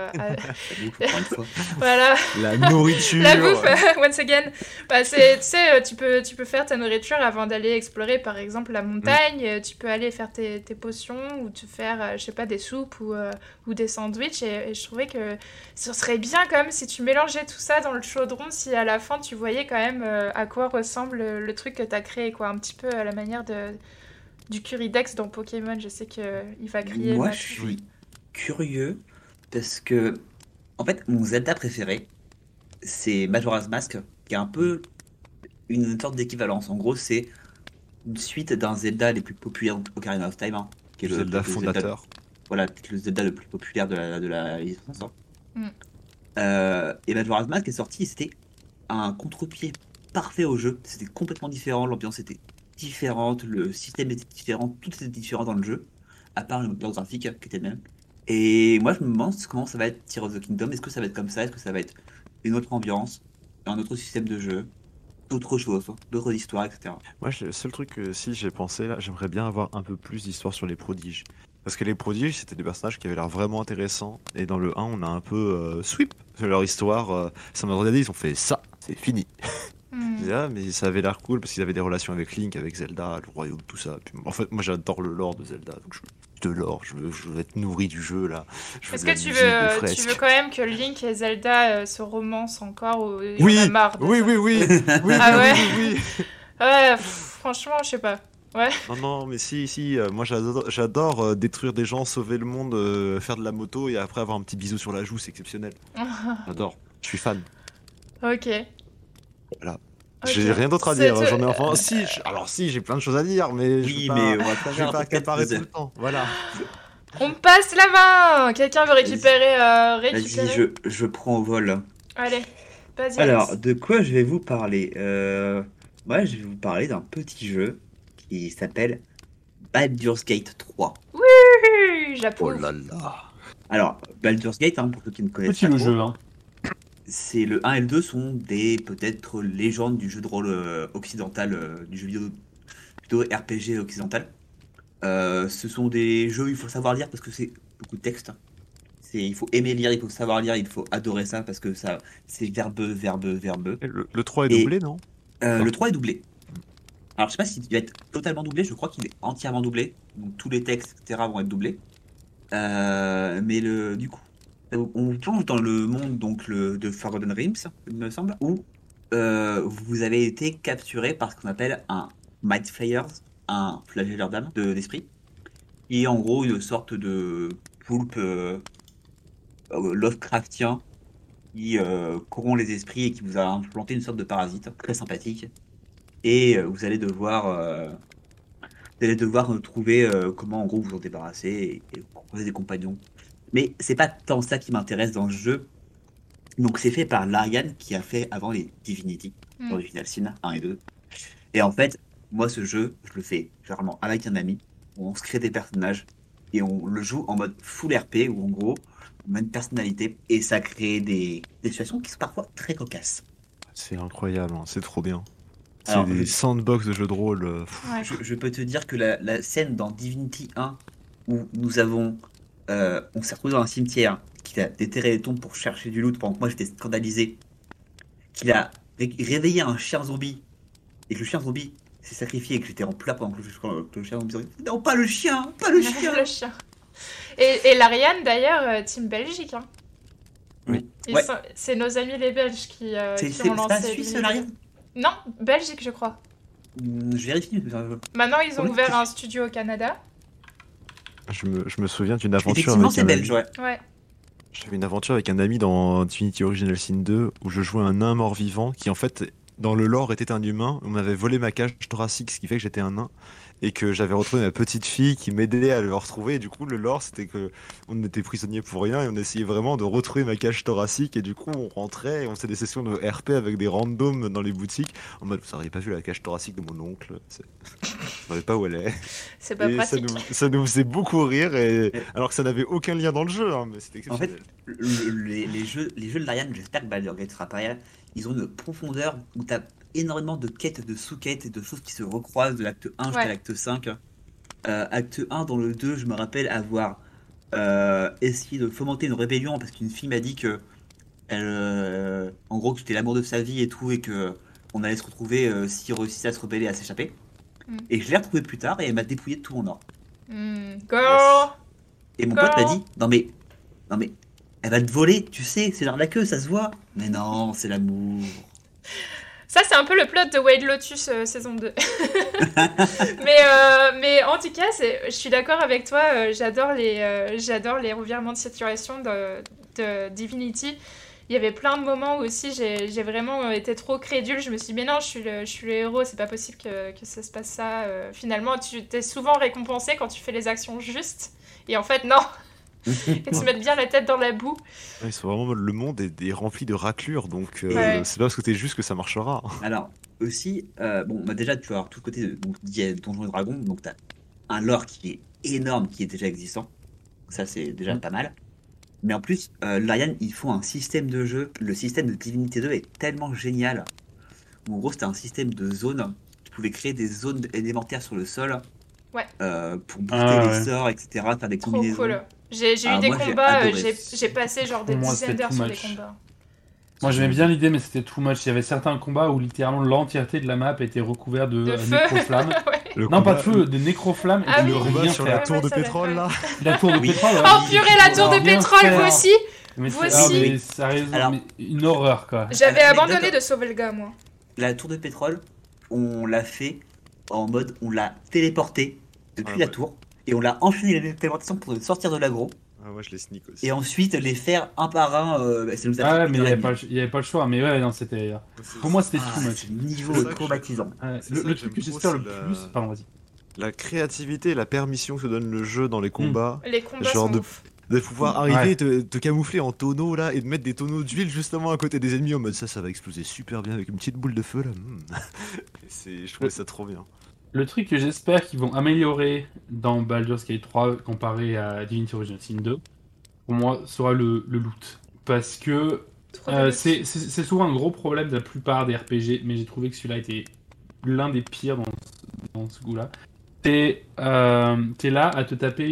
Voilà. La nourriture. La bouffe, once again. Tu sais, tu peux faire ta nourriture avant d'aller explorer, par exemple, la montagne. Tu peux aller faire tes potions ou te faire, je sais pas, des soupes ou des sandwichs. Et je trouvais que ce serait bien quand même si tu mélangeais tout ça dans le chaudron, si à la fin tu voyais quand même à quoi ressemble le truc que t'as créé, quoi. Un petit peu à la manière du Currydex dans Pokémon. Je sais qu'il va crier. Moi, Matt. je suis curieux parce que, en fait, mon Zelda préféré, c'est Majora's Mask, qui est un peu une sorte d'équivalence. En gros, c'est une suite d'un Zelda les plus populaires d'Ocarina of Time, hein, qui est Zelda fondateur. voilà, peut-être le Zelda le plus populaire de la licence, hein. Mm. Et Majora's Mask est sorti, et c'était un contre-pied parfait au jeu. C'était complètement différent, l'ambiance était différente, le système était différent, tout était différent dans le jeu, à part le moteur graphique qui était le même. Et moi, je me demande comment ça va être Tears of the Kingdom. Est-ce que ça va être comme ça? Est-ce que ça va être une autre ambiance, un autre système de jeu, d'autres choses, d'autres histoires, etc. Moi, le seul truc que si j'ai pensé là, j'aimerais bien avoir un peu plus d'histoire sur les prodiges. Parce que les prodiges, c'était des personnages qui avaient l'air vraiment intéressants. Et dans le 1, on a un peu sweep leur histoire. Ça m'a regardé, ils ont fait ça, c'est fini. Je disais, ah, mais ça avait l'air cool parce qu'ils avaient des relations avec Link, avec Zelda, le royaume, tout ça. Puis, en fait, moi j'adore le lore de Zelda, donc de lore, je veux être nourri du jeu là. Est-ce que tu veux quand même que Link et Zelda se romancent encore ou il y en Oui, a marre de oui, ça oui, oui, oui, Ah oui, ouais oui, oui. Ouais, franchement, je sais pas. Ouais. Non, mais si, moi j'adore détruire des gens, sauver le monde, faire de la moto et après avoir un petit bisou sur la joue, c'est exceptionnel. J'adore, je suis fan. Ok. Voilà. Ok. J'ai rien d'autre à dire, C'est- j'en ai enfin. Alors si, j'ai plein de choses à dire, mais Oui, je mais vais on va pas, pas je vais faire pas un accaparer podcast tout le temps. Voilà. On passe la main. Quelqu'un veut récupérer Vas-y, je prends au vol. Allez, vas-y, Alors, Alex. de quoi je vais vous parler? Moi, je vais vous parler d'un petit jeu qui s'appelle Baldur's Gate 3. Wouh, j'approuve. là. Alors, Baldur's Gate, hein, pour ceux qui ne connaissent Petit pas le trop, jeu, hein. c'est le 1 et le 2 sont des peut-être légendes du jeu de rôle occidental, du jeu vidéo plutôt RPG occidental. Ce sont des jeux, il faut savoir lire parce que c'est beaucoup de texte. Il faut aimer lire, il faut savoir lire, il faut adorer ça parce que ça, c'est verbeux, verbeux, verbeux. Et le 3 est Et- doublé, non? Le 3 est doublé. Alors, je sais pas s'il va être totalement doublé, je crois qu'il est entièrement doublé. Donc, tous les textes, etc. vont être doublés. Mais du coup, on plonge dans le monde de Forgotten Realms, il me semble, où vous avez été capturé par ce qu'on appelle un Mind Flayers, un flagelleur d'âme, d'esprit, qui est en gros une sorte de poulpe Lovecraftien qui corrompt les esprits et qui vous a implanté une sorte de parasite très sympathique. Et vous allez devoir trouver comment en gros vous en débarrasser et proposer des compagnons. Mais c'est pas tant ça qui m'intéresse dans le jeu. Donc c'est fait par Larian qui a fait avant les Divinity, Mm. Original Sin 1 et 2. Et en fait, moi ce jeu, je le fais généralement avec un ami, où on se crée des personnages et on le joue en mode full RP où en gros on a une personnalité et ça crée des situations qui sont parfois très cocasses. C'est incroyable, hein, c'est trop bien. C'est Alors, des je- sandbox de jeux de rôle. Ouais. Je peux te dire que la scène dans Divinity 1 où on s'est retrouvé dans un cimetière, qu'il a déterré les tombes pour chercher du loot pendant que moi j'étais scandalisé, qu'il a réveillé un chien zombie et que le chien zombie s'est sacrifié et que j'étais en pleurs pendant que le chien zombie s'est dit, non, pas le chien, pas le chien. Le chien. Et l'Ariane, d'ailleurs, team Belgique. Hein. Oui. Ouais. C'est nos amis les Belges qui C'est ont pas lancé. Suisse, l'idée. Larian? Non, Belgique, je crois. Je vérifie. Maintenant, ils ont Oui, ouvert c'est- un studio au Canada. Je me souviens d'une aventure Effectivement, avec c'est un belge, ami. ouais. Ouais. J'avais une aventure avec un ami dans Divinity Original Sin 2 où je jouais un nain mort-vivant qui en fait dans le lore était un humain. On m'avait volé ma cage thoracique, ce qui fait que j'étais un nain et que j'avais retrouvé ma petite fille qui m'aidait à le retrouver. Et du coup le lore c'était que on était prisonniers pour rien et on essayait vraiment de retrouver ma cage thoracique et du coup on rentrait et on faisait des sessions de RP avec des randoms dans les boutiques en mode vous n'auriez pas vu la cage thoracique de mon oncle. Je savais pas où elle est. C'est pas Et pratique. ça nous faisait beaucoup rire alors que ça n'avait aucun lien dans le jeu, hein, mais c'était En fait, exceptionnel. les jeux de Larian, j'espère que Baldur's Gate sera pareil, ils ont une profondeur où tu as énormément de quêtes, de sous-quêtes et de choses qui se recroisent de l'acte 1 jusqu'à Ouais. l'acte 5. Acte 1, dans le 2, je me rappelle avoir essayé de fomenter une rébellion parce qu'une fille m'a dit que en gros, que c'était l'amour de sa vie et tout, et que on allait se retrouver s'il réussissait à se rebeller, à s'échapper. Mm. Et je l'ai retrouvée plus tard et elle m'a dépouillé de tout mon or. Girl. Et mon pote m'a Quand dit, non mais, elle va te voler, tu sais, c'est l'arnaqueux, ça se voit. Mais non, c'est l'amour. Ça, c'est un peu le plot de White Lotus saison 2. mais en tout cas, je suis d'accord avec toi. J'adore les revirements de situation de Divinity. Il y avait plein de moments où aussi j'ai vraiment été trop crédule. Je me suis dit, mais non, je suis le héros, c'est pas possible que ça se passe ça. Finalement, tu t'es souvent récompensé quand tu fais les actions justes. Et en fait, non. Et se mettre bien la tête dans la boue. Ouais, le monde est rempli de raclures, donc Ouais. c'est pas parce que t'es juste que ça marchera. Alors, aussi, déjà, tu vas avoir tout le côté donc, il y a Donjons et Dragons, donc tu as un lore qui est énorme, qui est déjà existant. Ça, c'est déjà pas mal. Mais en plus, Larian, ils font un système de jeu. Le système de Divinity 2 est tellement génial. Où, en gros, c'était un système de zones. Tu pouvais créer des zones élémentaires sur le sol. Ouais. Pour booster les sorts, etc. Faire des Trop combinaisons. cool. J'ai eu des moi, j'ai combats, adoré. j'ai passé genre des Moi, dizaines c'était d'heures too sur les much. combats. Moi j'aimais bien l'idée, mais c'était too much. Il y avait certains combats où littéralement l'entièreté de la map était recouverte de De feu. nécroflammes. Ouais. Non, pas de feu, des nécroflammes. Ah et tu oui. ne Le peux combat rien sur faire. la tour de ça va, pétrole ouais. là. La tour de Oui. pétrole. Oh purée, la tour de Rien pétrole, faire. vous aussi. Mais Vous c'est- aussi. mais sérieusement, Alors- mais une horreur quoi. J'avais Anecdote. abandonné de sauver le gars, moi. La tour de pétrole, on l'a fait en mode, on l'a téléporté depuis Ah la ouais. tour. Et on l'a enchaîné les téléportations pour sortir de l'aggro. Ah, moi je les sneak aussi. Et ensuite les faire un par un. Ça nous a Ah pris ouais, une mais il heure n'y et avait, demie. il y avait pas le choix. Mais ouais, non, c'était. Pour moi, c'était too Ah, much. c'est niveau C'est ça que traumatisant. Ouais, c'est le ça le que truc j'aime que trop, j'espère le c'est plus. Pardon, vas-y. La créativité et la permission que te donne le jeu dans les combats. Les combats Genre sont ouf. De pouvoir arriver, Ouais. te camoufler en tonneau là et de mettre des tonneaux d'huile justement à côté des ennemis en mode ça va exploser super bien avec une petite boule de feu là. Je trouvais ça trop bien. Le truc que j'espère qu'ils vont améliorer dans Baldur's Gate 3 comparé à Divinity Original Sin 2, pour moi, sera le loot. Parce que Trop de c'est souvent un gros problème de la plupart des RPG, mais j'ai trouvé que celui-là était l'un des pires dans ce goût-là. T'es là à te taper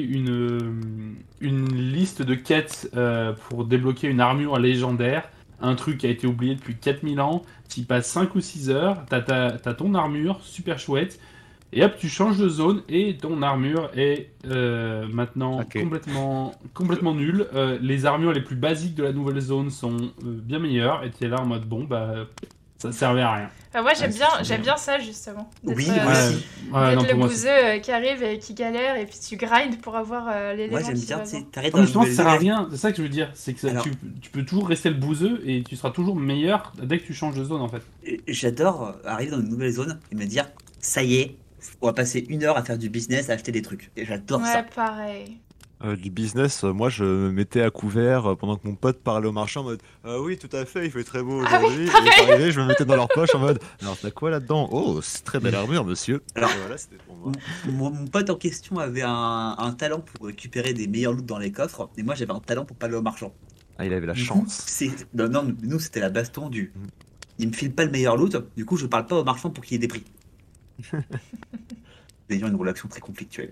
une liste de quêtes pour débloquer une armure légendaire, un truc qui a été oublié depuis 4000 ans, tu y passes 5 ou 6 heures, t'as ton armure, super chouette, et hop, tu changes de zone et ton armure est maintenant Ok. complètement nulle. Les armures les plus basiques de la nouvelle zone sont bien meilleures, et t'es là en mode bon, bah ça servait à rien. Moi, Ouais, j'aime bien ça, justement. D'être, Oui, euh, moi aussi. Ouais, non, d'être pour le moi, bouseux qui arrive et qui galère, et puis tu grindes pour avoir l'élément Moi j'aime qui bien, va tu sais, bien. t'arrives Ah, dans mais la justement, ça nouvelle sert à zone. rien, c'est ça que je veux dire, c'est que Alors- tu peux toujours rester le bouseux et tu seras toujours meilleur dès que tu changes de zone en fait. J'adore arriver dans une nouvelle zone et me dire, ça y est, on va passer une heure à faire du business, à acheter des trucs. Et j'adore Ouais, ça. pareil. Du business, moi je me mettais à couvert pendant que mon pote parlait au marchand en mode oui, tout à fait, il fait très beau Ah oui, aujourd'hui. Et j'arrivais, je me mettais dans leur poche en mode alors t'as quoi là-dedans? Oh, c'est très belle armure, monsieur. Alors- Et voilà, c'était pour moi. Mon pote en question avait un talent pour récupérer des meilleurs loots dans les coffres, et moi j'avais un talent pour parler aux marchands. Ah, il avait la Du chance. Non, nous c'était la baston du. Mhm. Il me file pas le meilleur loot, du coup je parle pas aux marchands pour qu'il y ait des prix. D'ailleurs, une relation très conflictuelle.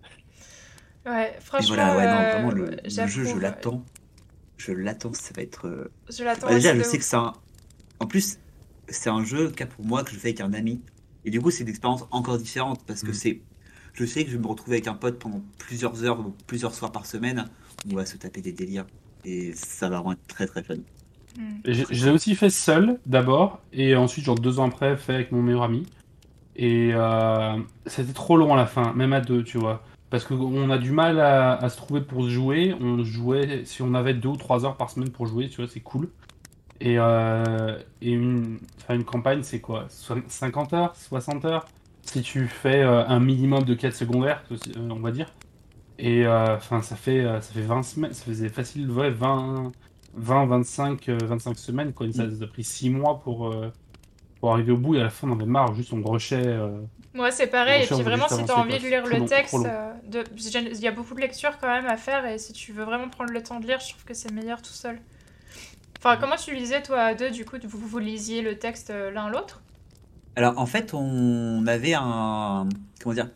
Ouais, Et franchement, voilà, ouais, non, vraiment, le jeu, je j'approuve. l'attends. Je l'attends, ça va être. Je l'attends Bah, déjà, aussi je de sais ouf. que c'est un. En plus, c'est un jeu qu'a pour moi que je fais avec un ami. Et du coup, c'est une expérience encore différente parce que Mhm. c'est. Je sais que je vais me retrouver avec un pote pendant plusieurs heures ou plusieurs soirs par semaine. On va se taper des délires. Et ça va vraiment être très très fun. Hmm. Je l'ai aussi fait seul d'abord et ensuite genre 2 ans après fait avec mon meilleur ami. Et c'était trop long à la fin, même à deux, tu vois. Parce qu'on a du mal à se trouver pour jouer. On jouait, si on avait 2 ou 3 heures par semaine pour jouer, tu vois, c'est cool. Et une campagne, c'est quoi? 50 heures? 60 heures? Si tu fais un minimum de quêtes secondaires, on va dire. Et enfin, ça fait 20 semaines, ça faisait facile, ouais, 25 semaines, quoi. Ça nous a pris 6 mois pour arriver au bout, et à la fin, on en avait marre, juste on rushait. Moi, c'est pareil. Et Recherche puis de vraiment, si juste t'as avancer, envie de quoi. lire Trop le long, texte, trop long. il y a beaucoup de lectures quand même à faire. Et si tu veux vraiment prendre le temps de lire, je trouve que c'est meilleur tout seul. Enfin, comment tu lisais, toi, à deux, du coup, vous lisiez le texte l'un l'autre? Alors en fait, on avait un. Comment dire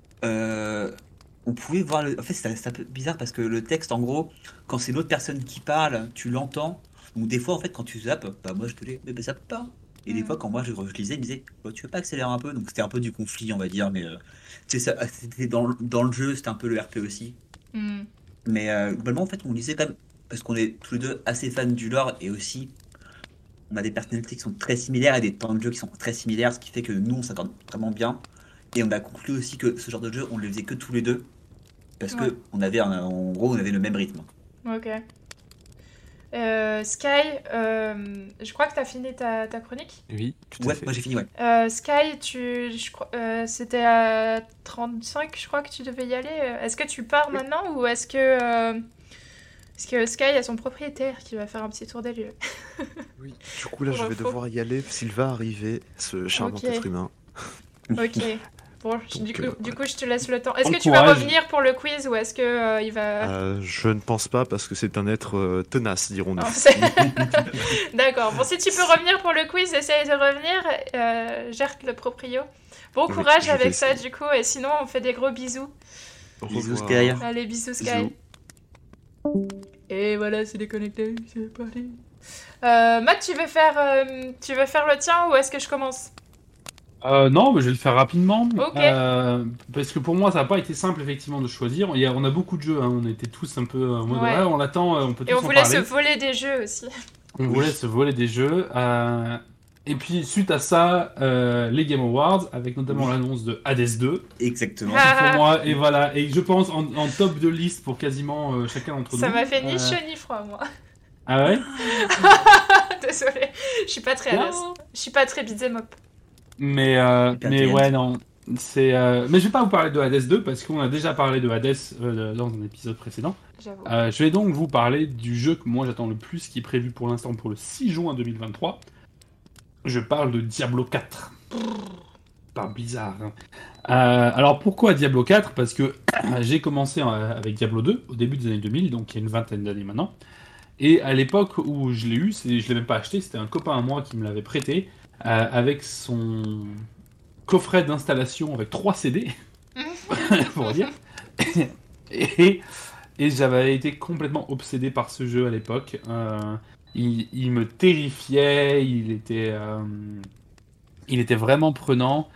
on pouvait voir le. En fait, c'est un peu bizarre parce que le texte, en gros, quand c'est l'autre personne qui parle, tu l'entends. Donc des fois, en fait, quand tu zappes, bah moi je te l'ai, mais bah, zappe pas. Et des Mm. fois, quand moi je lisais, il me disait, bah, tu veux pas accélérer un peu? Donc c'était un peu du conflit, on va dire, mais tu sais, ça, c'était dans le jeu, c'était un peu le RP aussi. Hmm. Mais globalement, en fait, on lisait quand même, parce qu'on est tous les deux assez fans du lore et aussi, on a des personnalités qui sont très similaires et des temps de jeu qui sont très similaires, ce qui fait que nous, on s'accorde vraiment bien. Et on a conclu aussi que ce genre de jeu, on le faisait que tous les deux, parce Ouais. que en gros, on avait le même rythme. Ok. Sky, je crois que t'as fini ta chronique. Oui, tout à Ouais, fait. moi j'ai fini, ouais. Sky, c'était à 35, je crois que tu devais y aller. Est-ce que tu pars maintenant ou est-ce que Sky a son propriétaire qui va faire un petit tour des lieux? Oui. Du coup, là, Pour je vais info. devoir y aller, parce qu'il va arriver, ce charmant Ok. être humain. Ok. Bon, du coup, je te laisse le temps. Est-ce Bon que tu vas courage. revenir pour le quiz ou est-ce que il va... Je ne pense pas, parce que c'est un être tenace, dirons-nous. Non, D'accord. Bon, si tu peux revenir pour le quiz, essaye de revenir. Gère le proprio. Bon Oui, courage je vais avec ça, essayer. du coup. Et sinon, on fait des gros bisous. Au Bisous, revoir. Sky. Allez, bisous, Sky. Bisous. Et voilà, c'est déconnecté. C'est parti. Matt, tu veux faire le tien ou est-ce que je commence? Non, mais je vais le faire rapidement. Ok. Parce que pour moi, ça n'a pas été simple, effectivement, de choisir. On a beaucoup de jeux, hein. On était tous un peu en mode, Ouais. ouais, on l'attend, on peut tous Et on en voulait se parler. voler des jeux aussi. On voulait se voler des jeux. Et puis, suite à ça, les Game Awards, avec notamment Oui. l'annonce de Hades 2, Exactement. Ah. qui pour moi, et voilà, et je pense en top de liste pour quasiment chacun d'entre nous. Ça m'a fait ni chaud ni froid, moi. Ah ouais? Désolée. Je suis pas très à l'aise. Je suis pas très beat'em up. Mais Hyper ouais, non. Mais je vais pas vous parler de Hades 2 parce qu'on a déjà parlé de Hades dans un épisode précédent. J'avoue. Je vais donc vous parler du jeu que moi j'attends le plus, qui est prévu pour l'instant pour le 6 juin 2023. Je parle de Diablo 4. Par Blizzard. Alors pourquoi Diablo 4? Parce que j'ai commencé avec Diablo 2 au début des années 2000, donc il y a une vingtaine d'années maintenant. Et à l'époque où je l'ai eu, je l'ai même pas acheté, c'était un copain à moi qui me l'avait prêté avec son coffret d'installation avec 3 CD, pour dire. Et, et j'avais été complètement obsédé par ce jeu à l'époque. Il me terrifiait, il était vraiment prenant.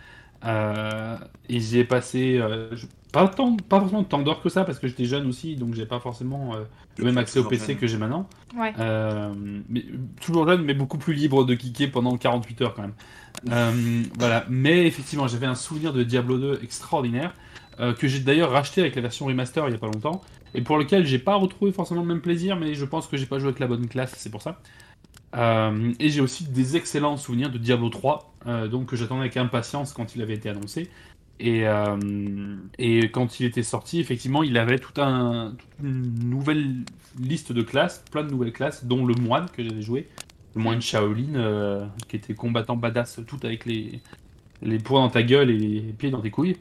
Et j'y ai passé pas forcément tant d'heures que ça, parce que j'étais jeune aussi, donc j'ai pas forcément le même accès au PC que j'ai maintenant. Ouais. Mais, toujours jeune, mais beaucoup plus libre de kicker pendant 48 heures quand même. Voilà. Mais effectivement, j'avais un souvenir de Diablo 2 extraordinaire, que j'ai d'ailleurs racheté avec la version remaster il y a pas longtemps, et pour lequel j'ai pas retrouvé forcément le même plaisir, mais je pense que j'ai pas joué avec la bonne classe, c'est pour ça. Et j'ai aussi des excellents souvenirs de Diablo 3, donc que j'attendais avec impatience quand il avait été annoncé. Et quand il était sorti, effectivement, il avait toute une nouvelle liste de classes, plein de nouvelles classes, dont le moine que j'avais joué, le moine Shaolin, qui était combattant badass, tout avec les poings dans ta gueule et les pieds dans tes couilles.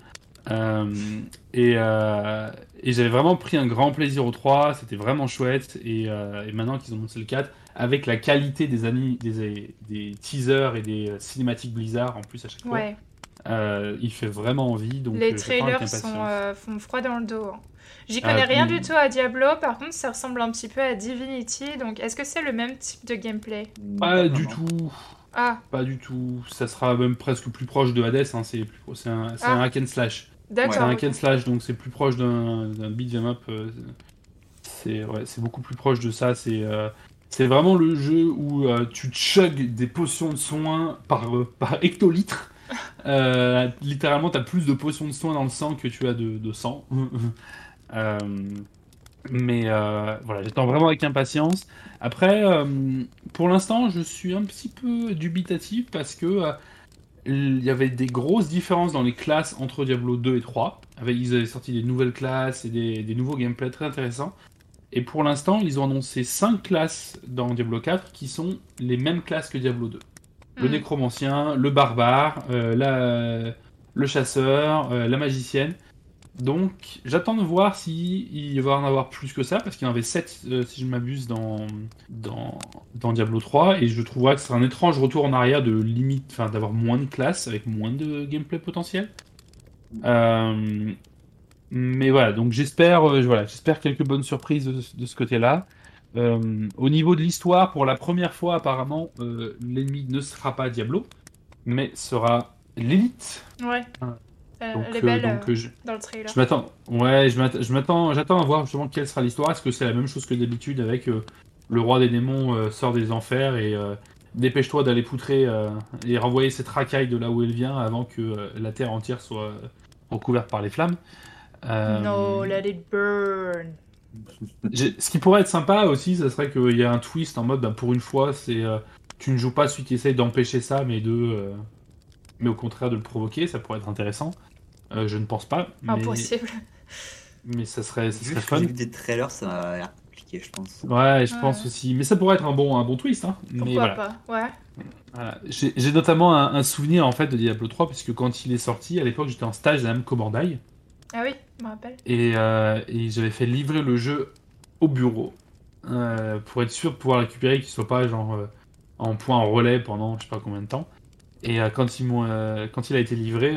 Et j'avais vraiment pris un grand plaisir au 3, c'était vraiment chouette. Et maintenant qu'ils ont annoncé le 4, avec la qualité des teasers et des cinématiques Blizzard en plus à chaque fois. Ouais. Il fait vraiment envie, donc Les j'attends avec trailers impatience. font froid dans le dos. Hein. J'y connais rien du tout à Diablo, par contre ça ressemble un petit peu à Divinity, donc est-ce que c'est le même type de gameplay? Pas du tout, Ah, pas du tout. Ça sera même presque plus proche de Hades, hein, c'est un hack and slash. C'est d'accord. un ok. hack and slash, donc c'est plus proche d'un beat'em up. C'est beaucoup plus proche de ça. C'est vraiment le jeu où tu chugs des potions de soins par hectolitre. Littéralement, tu as plus de potions de soins dans le sang que tu as de sang. Mais voilà, j'attends vraiment avec impatience. Après, pour l'instant, je suis un petit peu dubitatif parce que il y avait des grosses différences dans les classes entre Diablo 2 et 3. Ils avaient sorti des nouvelles classes et des nouveaux gameplays très intéressants. Et pour l'instant, ils ont annoncé 5 classes dans Diablo 4 qui sont les mêmes classes que Diablo 2. Le nécromancien, le barbare, le chasseur, la magicienne. Donc, j'attends de voir s'il va en avoir plus que ça, parce qu'il y en avait 7, si je m'abuse, dans Diablo 3, et je trouverais que c'est un étrange retour en arrière de limite, enfin, d'avoir moins de classes, avec moins de gameplay potentiel. Mais voilà, donc j'espère quelques bonnes surprises de ce côté-là. Au niveau de l'histoire, pour la première fois, apparemment, l'ennemi ne sera pas Diablo, mais sera l'élite. Ouais. Donc, Elle est belle je dans le trailer. j'attends à voir justement quelle sera l'histoire. Est-ce que c'est la même chose que d'habitude avec le roi des démons sort des enfers et dépêche-toi d'aller poutrer et renvoyer cette racaille de là où elle vient avant que la terre entière soit recouverte par les flammes. No, let it burn. Ce qui pourrait être sympa aussi, ça serait qu'il y a un twist en mode, pour une fois, c'est tu ne joues pas celui qui essaye d'empêcher ça, mais mais au contraire de le provoquer, ça pourrait être intéressant. Je ne pense pas, Impossible. mais ça serait Vu que fun. j'ai vu des trailers, ça m'a l'air compliqué, je pense. Ouais, je pense aussi. Mais ça pourrait être un bon twist. Hein. Mais Pourquoi voilà. pas, ouais. Voilà. J'ai notamment un souvenir en fait de Diablo 3, puisque quand il est sorti, à l'époque, j'étais en stage à Namco Bandai. Ah oui, je me rappelle. Et j'avais fait livrer le jeu au bureau pour être sûr de pouvoir le récupérer, qu'il soit pas genre en point en relais pendant je sais pas combien de temps. Et quand il a été livré,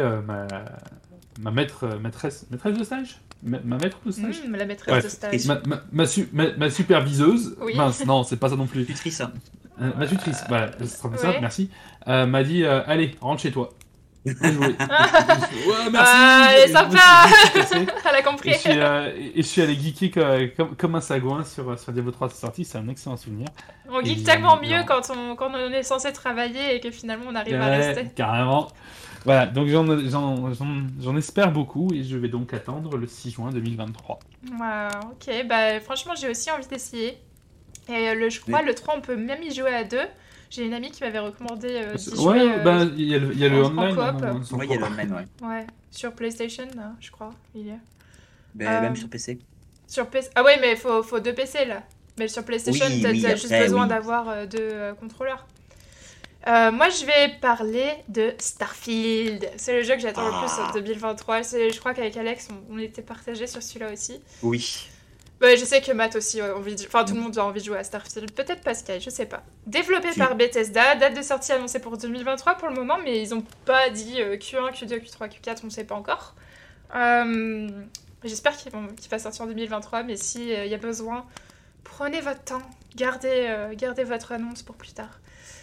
ma maîtresse de stage, ma maître de stage, La maîtresse de stage. ma superviseuse, Oui. mince, non, c'est pas ça non plus. Tutrice, hein. Ma tutrice, voilà, ce sera plus simple, Ouais. merci, m'a dit allez, rentre chez toi. Ouais, merci. Ah, elle est sympa. Je me suis cassé. Elle a compris. Et je suis allé geeker comme un sagouin sur Diablo 3 c'est sorti, c'est un excellent souvenir. On geek Et tellement bien. mieux quand on est censé travailler et que finalement on arrive à Ouais, rester. carrément. Voilà, donc j'en espère beaucoup et je vais donc attendre le 6 juin 2023. Wow, ok, bah franchement j'ai aussi envie d'essayer. Et je crois le 3 on peut même y jouer à deux. J'ai une amie qui m'avait recommandé d'y jouer Il y a le en online. coop. hein, sans Ouais, il y a coop. le online, ouais. ouais, sur PlayStation, je crois, il y a. Même sur PC. Sur PC. Ah ouais, mais faut deux PC là. Mais sur PlayStation, Oui, t'as oui, juste après, besoin oui. d'avoir deux contrôleurs. Moi, je vais parler de Starfield. C'est le jeu que j'attends le plus en 2023. Je crois qu'avec Alex, on était partagés sur celui-là aussi. Oui. Ouais, je sais que Matt aussi a envie de... Enfin, tout le monde a envie de jouer à Starfield. Peut-être Pascal, je sais pas. Développé Si. par Bethesda, date de sortie annoncée pour 2023 pour le moment, mais ils ont pas dit Q1, Q2, Q3, Q4, on sait pas encore. J'espère qu'il va sortir en 2023, mais si y a besoin, prenez votre temps. Gardez votre annonce pour plus tard.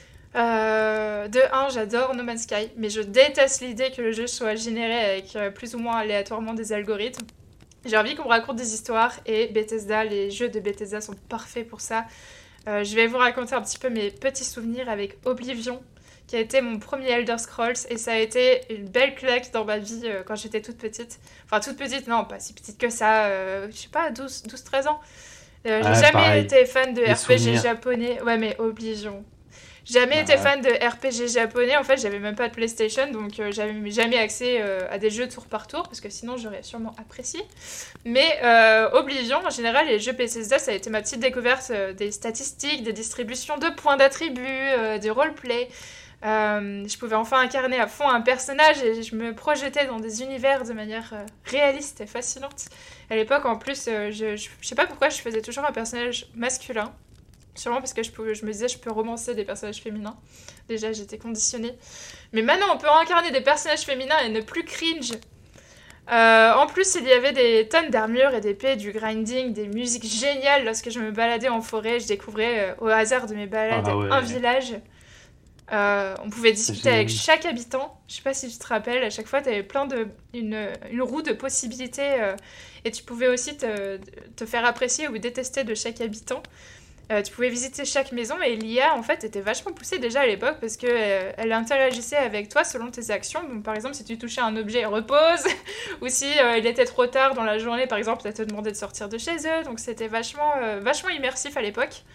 De 1, j'adore No Man's Sky, mais je déteste l'idée que le jeu soit généré avec plus ou moins aléatoirement des algorithmes. J'ai envie qu'on me raconte des histoires et Bethesda, les jeux de Bethesda sont parfaits pour ça. Je vais vous raconter un petit peu mes petits souvenirs avec Oblivion, qui a été mon premier Elder Scrolls et ça a été une belle claque dans ma vie quand j'étais toute petite. Enfin toute petite, non, pas si petite que ça, je sais pas, 12-13 ans. J'ai jamais pareil. été fan de Les RPG souvenirs. japonais. Ouais, mais Oblivion. Jamais été fan de RPG japonais. En fait, j'avais même pas de PlayStation, donc j'avais jamais accès à des jeux tour par tour, parce que sinon j'aurais sûrement apprécié. Mais Oblivion, en général, les jeux Bethesda, ça a été ma petite découverte des statistiques, des distributions de points d'attributs, du roleplay. Je pouvais enfin incarner à fond un personnage et je me projetais dans des univers de manière réaliste et fascinante. À l'époque, en plus, je sais pas pourquoi je faisais toujours un personnage masculin. Sûrement parce que je me disais je peux romancer des personnages féminins. Déjà, j'étais conditionnée. Mais maintenant, on peut incarner des personnages féminins et ne plus cringe. En plus, il y avait des tonnes d'armures et d'épées, du grinding, des musiques géniales. Lorsque je me baladais en forêt, je découvrais au hasard de mes balades un village. On pouvait discuter avec chaque habitant. Je sais pas si tu te rappelles, à chaque fois, tu avais une roue de possibilités et tu pouvais aussi te faire apprécier ou détester de chaque habitant. Tu pouvais visiter chaque maison et l'IA en fait était vachement poussée déjà à l'époque parce que elle interagissait avec toi selon tes actions. Donc par exemple si tu touchais un objet, repose, ou si il était trop tard dans la journée par exemple, elle te demandait de sortir de chez eux. Donc c'était vachement immersif à l'époque.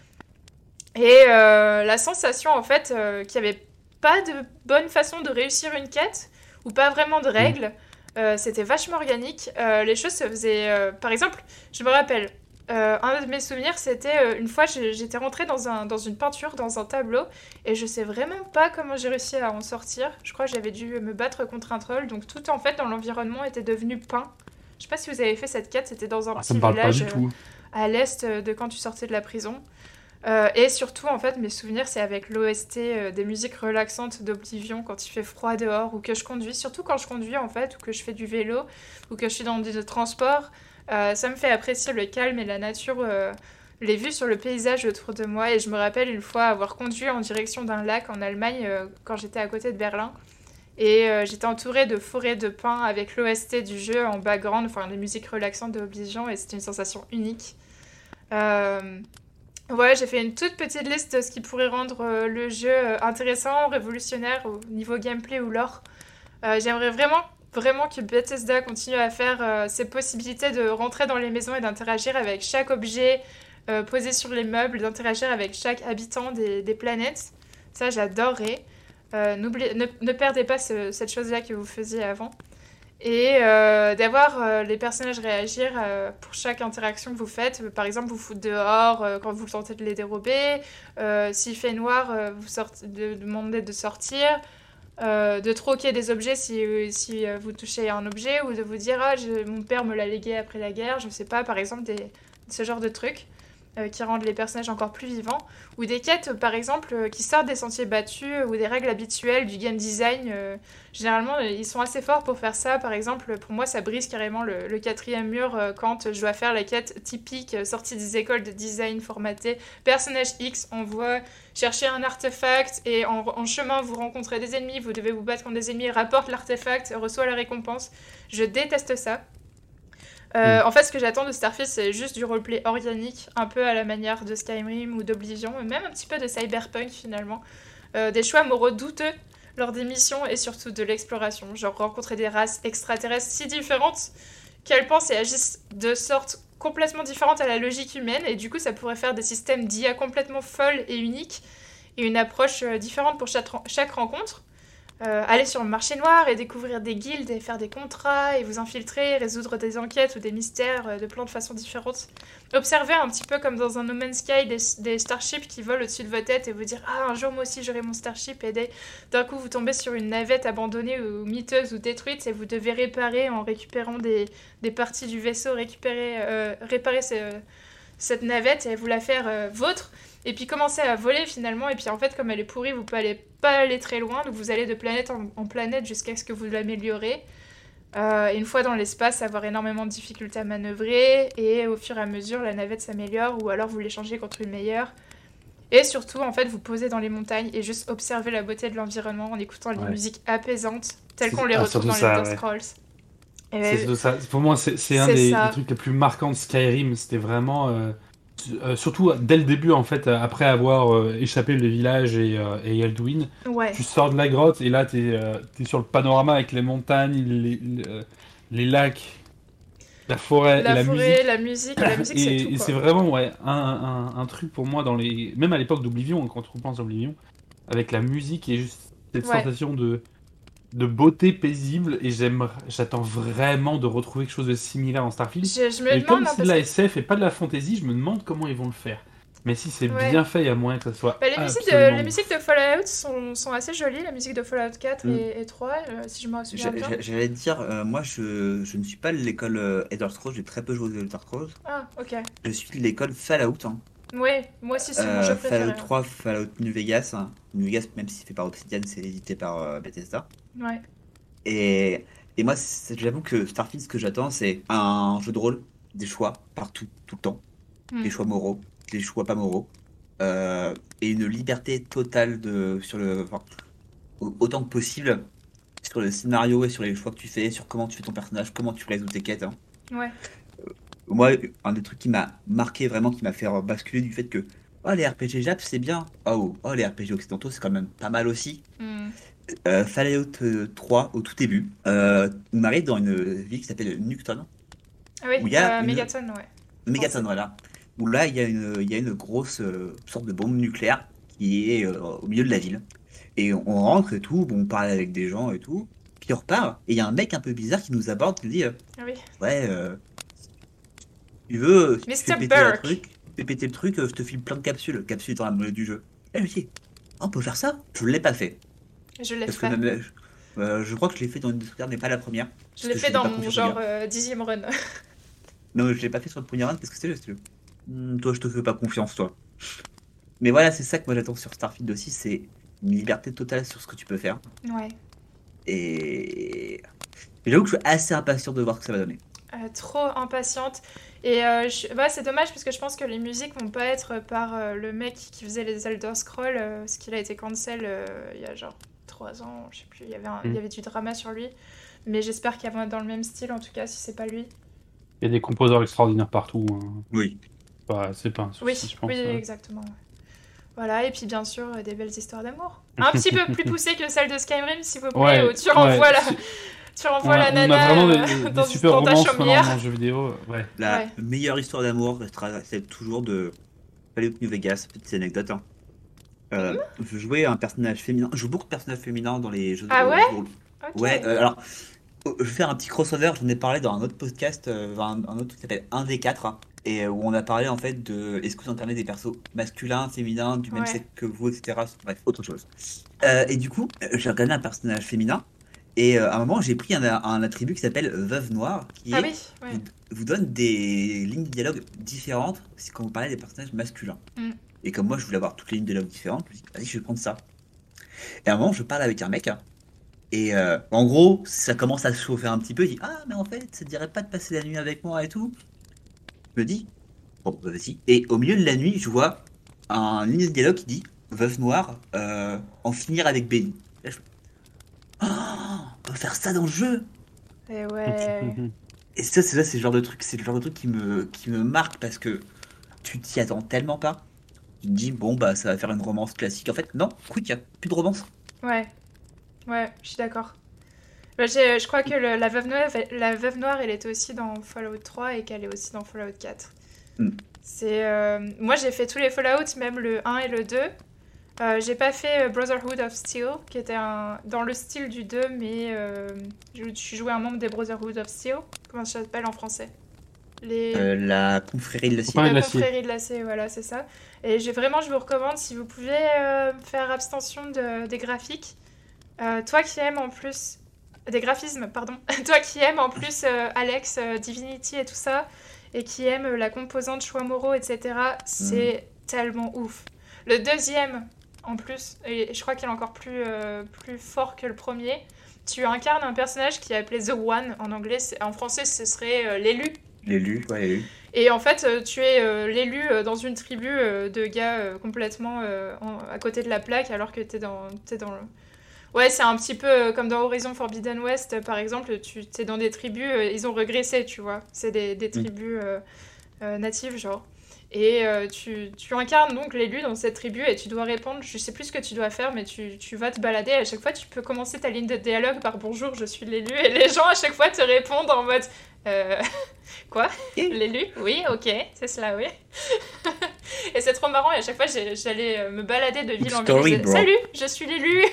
Et la sensation en fait qu'il n'y avait pas de bonne façon de réussir une quête ou pas vraiment de règles, c'était vachement organique. Les choses se faisaient... par exemple, je me rappelle... un de mes souvenirs, c'était une fois j'étais rentrée dans une peinture, dans un tableau, et je sais vraiment pas comment j'ai réussi à en sortir. Je crois que j'avais dû me battre contre un troll, donc tout en fait dans l'environnement était devenu peint. Je sais pas si vous avez fait cette quête, c'était dans un petit village à l'est de quand tu sortais de la prison. Et surtout, en fait, mes souvenirs, c'est avec l'OST des musiques relaxantes d'Oblivion quand il fait froid dehors, ou que je conduis, surtout quand je conduis en fait, ou que je fais du vélo, ou que je suis dans des transports. Ça me fait apprécier le calme et la nature, les vues sur le paysage autour de moi. Et je me rappelle une fois avoir conduit en direction d'un lac en Allemagne quand j'étais à côté de Berlin. Et j'étais entourée de forêts de pins avec l'OST du jeu en background, enfin les musiques relaxantes de Oblivion, et c'était une sensation unique. Ouais, j'ai fait une toute petite liste de ce qui pourrait rendre le jeu intéressant, révolutionnaire au niveau gameplay ou lore. J'aimerais vraiment que Bethesda continue à faire ces possibilités de rentrer dans les maisons et d'interagir avec chaque objet posé sur les meubles, d'interagir avec chaque habitant des planètes. Ça, j'adorerais. Ne perdez pas cette chose-là que vous faisiez avant. Et d'avoir les personnages réagir pour chaque interaction que vous faites. Par exemple, vous foutre dehors quand vous tentez de les dérober. S'il fait noir, de demander de sortir. De troquer des objets si vous touchez à un objet. Ou de vous dire « Ah, mon père me l'a légué après la guerre ». Je sais pas, par exemple, ce genre de trucs qui rendent les personnages encore plus vivants. Ou des quêtes, par exemple, qui sortent des sentiers battus ou des règles habituelles du game design. Généralement, ils sont assez forts pour faire ça. Par exemple, pour moi, ça brise carrément le quatrième mur quand je dois faire la quête typique sortie des écoles de design formatées. Personnage X envoie chercher un artefact et en chemin, vous rencontrez des ennemis, vous devez vous battre contre des ennemis, rapporte l'artefact, reçoit la récompense. Je déteste ça. En fait, ce que j'attends de Starfield, c'est juste du roleplay organique, un peu à la manière de Skyrim ou d'Oblivion, même un petit peu de Cyberpunk finalement. Des choix moraux douteux lors des missions et surtout de l'exploration, genre rencontrer des races extraterrestres si différentes qu'elles pensent et agissent de sorte complètement différente à la logique humaine, et du coup ça pourrait faire des systèmes d'IA complètement folles et uniques, et une approche différente pour chaque rencontre. Aller sur le marché noir et découvrir des guildes et faire des contrats et vous infiltrer, résoudre des enquêtes ou des mystères de plein de façons différentes. Observer un petit peu comme dans un No Man's Sky des starships qui volent au-dessus de votre tête et vous dire « Ah, un jour moi aussi j'aurai mon starship » et d'un coup vous tombez sur une navette abandonnée ou miteuse ou détruite et vous devez réparer en récupérant des parties du vaisseau, réparer cette navette et vous la faire vôtre. Et puis commencer à voler finalement, et puis en fait comme elle est pourrie, vous pouvez pas aller très loin, donc vous allez de planète en planète jusqu'à ce que vous l'améliorez. Et une fois dans l'espace, avoir énormément de difficultés à manœuvrer, et au fur et à mesure la navette s'améliore, ou alors vous l'échangez contre une meilleure. Et surtout en fait vous posez dans les montagnes et juste observer la beauté de l'environnement en écoutant les musiques apaisantes, telles qu'on les retrouve dans les Elder Scrolls. C'est surtout ça. Pour moi c'est un des trucs les plus marquants de Skyrim, c'était vraiment... surtout dès le début en fait, après avoir échappé le village et Elduin, tu sors de la grotte et là t'es sur le panorama avec les montagnes, les lacs, la forêt, la musique c'est tout, et c'est vraiment un truc pour moi même à l'époque d'Oblivion, quand on pense à Oblivion, avec la musique et juste cette sensation de beauté paisible, et j'attends vraiment de retrouver quelque chose de similaire en Starfield. Mais comme c'est de la SF et pas de la fantasy, je me demande comment ils vont le faire. Mais si c'est bien fait, il y a moyen que ça soit les musiques de Fallout sont assez jolies, la musique de Fallout 4 et 3, si je me souviens bien. J'allais te dire, moi je ne suis pas de l'école Elder Scrolls, j'ai très peu joué aux Elder Scrolls. Ah, ok. Je suis de l'école Fallout. Ouais, moi aussi c'est mon jeu préféré. Fallout 3, Fallout New Vegas. New Vegas, même si c'est fait par Obsidian, c'est édité par Bethesda. Ouais. Et moi, j'avoue que Starfield, ce que j'attends, c'est un jeu de rôle, des choix partout, tout le temps. Des choix moraux, des choix pas moraux. Et une liberté totale autant que possible sur le scénario et sur les choix que tu fais, sur comment tu fais ton personnage, comment tu résous tes quêtes. Ouais. Moi, un des trucs qui m'a marqué vraiment, qui m'a fait basculer du fait que les RPG Jap, c'est bien. Les RPG occidentaux, c'est quand même pas mal aussi. Fallout 3, au tout début, on arrive dans une ville qui s'appelle Nuketown. Ah oui, Megaton, ouais. Megaton, voilà. Où là, il y a une grosse sorte de bombe nucléaire qui est au milieu de la ville. Et on rentre et tout, on parle avec des gens et tout. Puis on repart, et il y a un mec un peu bizarre qui nous aborde, qui nous dit tu veux, si tu fais péter le truc, je te file plein de capsules dans la monnaie du jeu. Et je me dis, on peut faire ça? Je ne l'ai pas fait. Je l'ai fait. Je crois que je l'ai fait dans une des mais pas la première. Je l'ai fait dans mon genre 10e run. Non, je l'ai pas fait sur le premier run parce que c'est le toi, je te fais pas confiance, toi. Mais voilà, c'est ça que moi j'attends sur Starfield aussi, c'est une liberté totale sur ce que tu peux faire. Ouais. Et j'avoue que je suis assez impatient de voir ce que ça va donner. Trop impatiente. Et c'est dommage parce que je pense que les musiques vont pas être par le mec qui faisait les Elder Scrolls, parce qu'il a été cancel il y a genre 3 ans, je sais plus, il y avait du drama sur lui. Mais j'espère qu'il va dans le même style, en tout cas, si c'est pas lui. Il y a des composeurs extraordinaires partout. Oui. C'est pas un souci, Oui, je pense. oui, exactement. Voilà, et puis bien sûr, des belles histoires d'amour. Un petit peu plus poussées que celle de Skyrim, s'il vous plaît, où tu renvoies la On a nana vraiment des super dans ta romances maintenant chaumière. dans le jeu vidéo. Ouais. La meilleure histoire d'amour restera celle toujours de Fallout New Vegas, petite anecdote. Hein. Je jouais un personnage féminin. Je joue beaucoup de personnages féminins dans les jeux Ah de ouais rôle. Ok. Ouais, alors, je vais faire un petit crossover. J'en ai parlé dans un autre podcast, un autre truc qui s'appelle 1D4. Hein, et où on a parlé en fait de est-ce que vous incarnez des persos masculins, féminins, du même Ouais. sexe que vous, etc. Bref, autre chose. Et du coup, j'ai regardé un personnage féminin. Et à un moment, j'ai pris un attribut qui s'appelle Veuve Noire, qui Ah est oui, ouais. vous donne des lignes de dialogue différentes quand vous parlez des personnages masculins. Mm. Et comme moi, je voulais avoir toutes les lignes de dialogue différentes, je me suis dit, vas-y, je vais prendre ça. Et à un moment, je parle avec un mec, et en gros, ça commence à se chauffer un petit peu. Il dit, ah, mais en fait, ça te dirait pas de passer la nuit avec moi et tout. Je me dis, bon, bah, vas-y. Et au milieu de la nuit, je vois un ligne de dialogue qui dit, Veuve Noire, en finir avec Benny. Là, je fais, ah, on peut faire ça dans le jeu. Et ouais. Et c'est le genre de truc, qui me marque parce que tu t'y attends tellement pas. Tu te dis, bon, bah, ça va faire une romance classique. En fait, non, quick, il n'y a plus de romance. Ouais, je suis d'accord. Bah, je crois que la Veuve Noire, elle était aussi dans Fallout 3 et qu'elle est aussi dans Fallout 4. Mm. Moi, j'ai fait tous les Fallout, même le 1 et le 2. J'ai pas fait Brotherhood of Steel, qui était dans le style du 2, mais je suis joué un membre des Brotherhood of Steel. Comment ça s'appelle en français? La confrérie de l'acier. Confrérie de La l'acier. confrérie de l'acier, voilà, c'est ça. Et je vous recommande, si vous pouvez faire abstention des graphiques, toi qui aimes en plus... Des graphismes, pardon. Toi qui aimes en plus Alex, Divinity et tout ça, et qui aime la composante Shouamoro, etc., c'est tellement ouf. Le deuxième, en plus, et je crois qu'il est encore plus fort que le premier, tu incarnes un personnage qui est appelé The One en anglais. En français, ce serait l'élu. L'élu, ouais, l'élu. Et en fait, tu es l'élu dans une tribu de gars complètement à côté de la plaque, alors que t'es dans le... Ouais, c'est un petit peu comme dans Horizon Forbidden West, par exemple, t'es dans des tribus, ils ont régressé, tu vois. C'est des tribus natives, genre. Et tu incarnes donc l'élu dans cette tribu et tu dois répondre, je sais plus ce que tu dois faire, mais tu vas te balader. À chaque fois, tu peux commencer ta ligne de dialogue par bonjour, je suis l'élu. Et les gens, à chaque fois, te répondent en mode quoi? L'élu? Oui, ok, c'est cela, oui. Et c'est trop marrant. Et à chaque fois, j'allais me balader de ville en ville. Je disais, salut, je suis l'élu.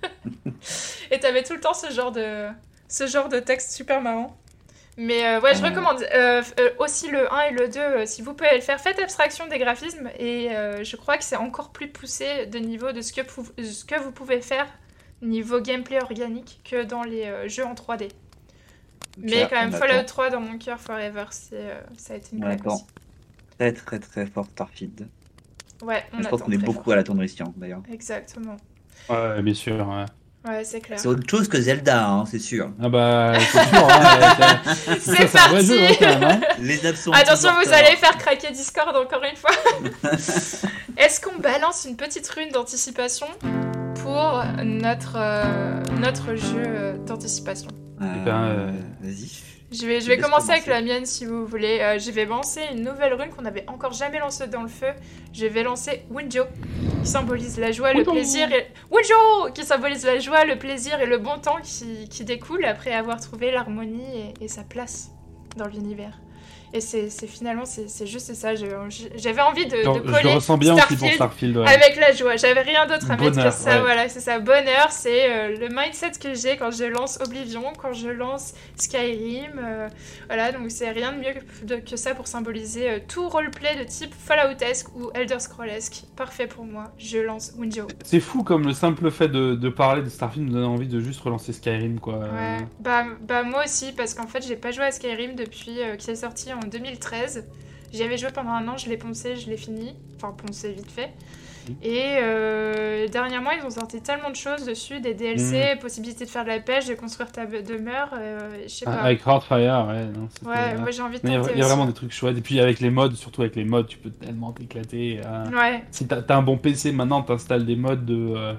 Et t'avais tout le temps ce genre de texte super marrant. Mais je recommande aussi le 1 et le 2, si vous pouvez le faire, faites abstraction des graphismes et je crois que c'est encore plus poussé de niveau de ce que vous pouvez faire niveau gameplay organique que dans les jeux en 3D. Mais quand même, Fallout 3 dans mon cœur forever, ça a été une claque aussi. Très très très fort Starfield. Ouais, je pense qu'on est beaucoup à l'attendre ici d'ailleurs. Exactement. Ouais, bien sûr, ouais. Ouais, c'est clair. C'est autre chose que Zelda, hein, c'est sûr. Ah bah, c'est sûr, hein. C'est parti jeu, hein, quand même, hein. Les absents. Attention, vous allez faire craquer Discord encore une fois. Est-ce qu'on balance une petite rune d'anticipation pour notre jeu d'anticipation? Vas-y. Je vais commencer avec la mienne si vous voulez. Je vais lancer une nouvelle rune qu'on n'avait encore jamais lancée dans le feu. Je vais lancer Winjo, qui symbolise la joie, le plaisir et... Winjo, qui symbolise la joie, le plaisir et le bon temps qui découle après avoir trouvé l'harmonie et sa place dans l'univers. Et finalement, c'est juste ça. J'avais envie de coller je le ressens bien aussi pour Starfield, ouais. Avec la joie. J'avais rien d'autre à mettre que ça. Ouais. Voilà, c'est ça. Bonheur, c'est le mindset que j'ai quand je lance Oblivion, quand je lance Skyrim. Voilà, donc c'est rien de mieux que ça pour symboliser tout roleplay de type Falloutesque ou Elder Scrollesque. Parfait pour moi. Je lance Winjo. C'est fou comme le simple fait de parler de Starfield me donne envie de juste relancer Skyrim, quoi. Ouais, bah moi aussi, parce qu'en fait, j'ai pas joué à Skyrim depuis qu'il est sorti en 2013. J'y avais joué pendant un an, je l'ai poncé, je l'ai fini. Enfin, poncé vite fait. Et dernièrement, ils ont sorti tellement de choses dessus, des DLC, possibilité de faire de la pêche, de construire ta demeure, je sais pas. Avec Heartfire, ouais. Non, ouais, moi j'ai envie de tenter il y a vraiment des trucs chouettes. Et puis avec les mods, surtout avec les mods, tu peux tellement t'éclater. Ouais. Si t'as un bon PC maintenant, t'installes des mods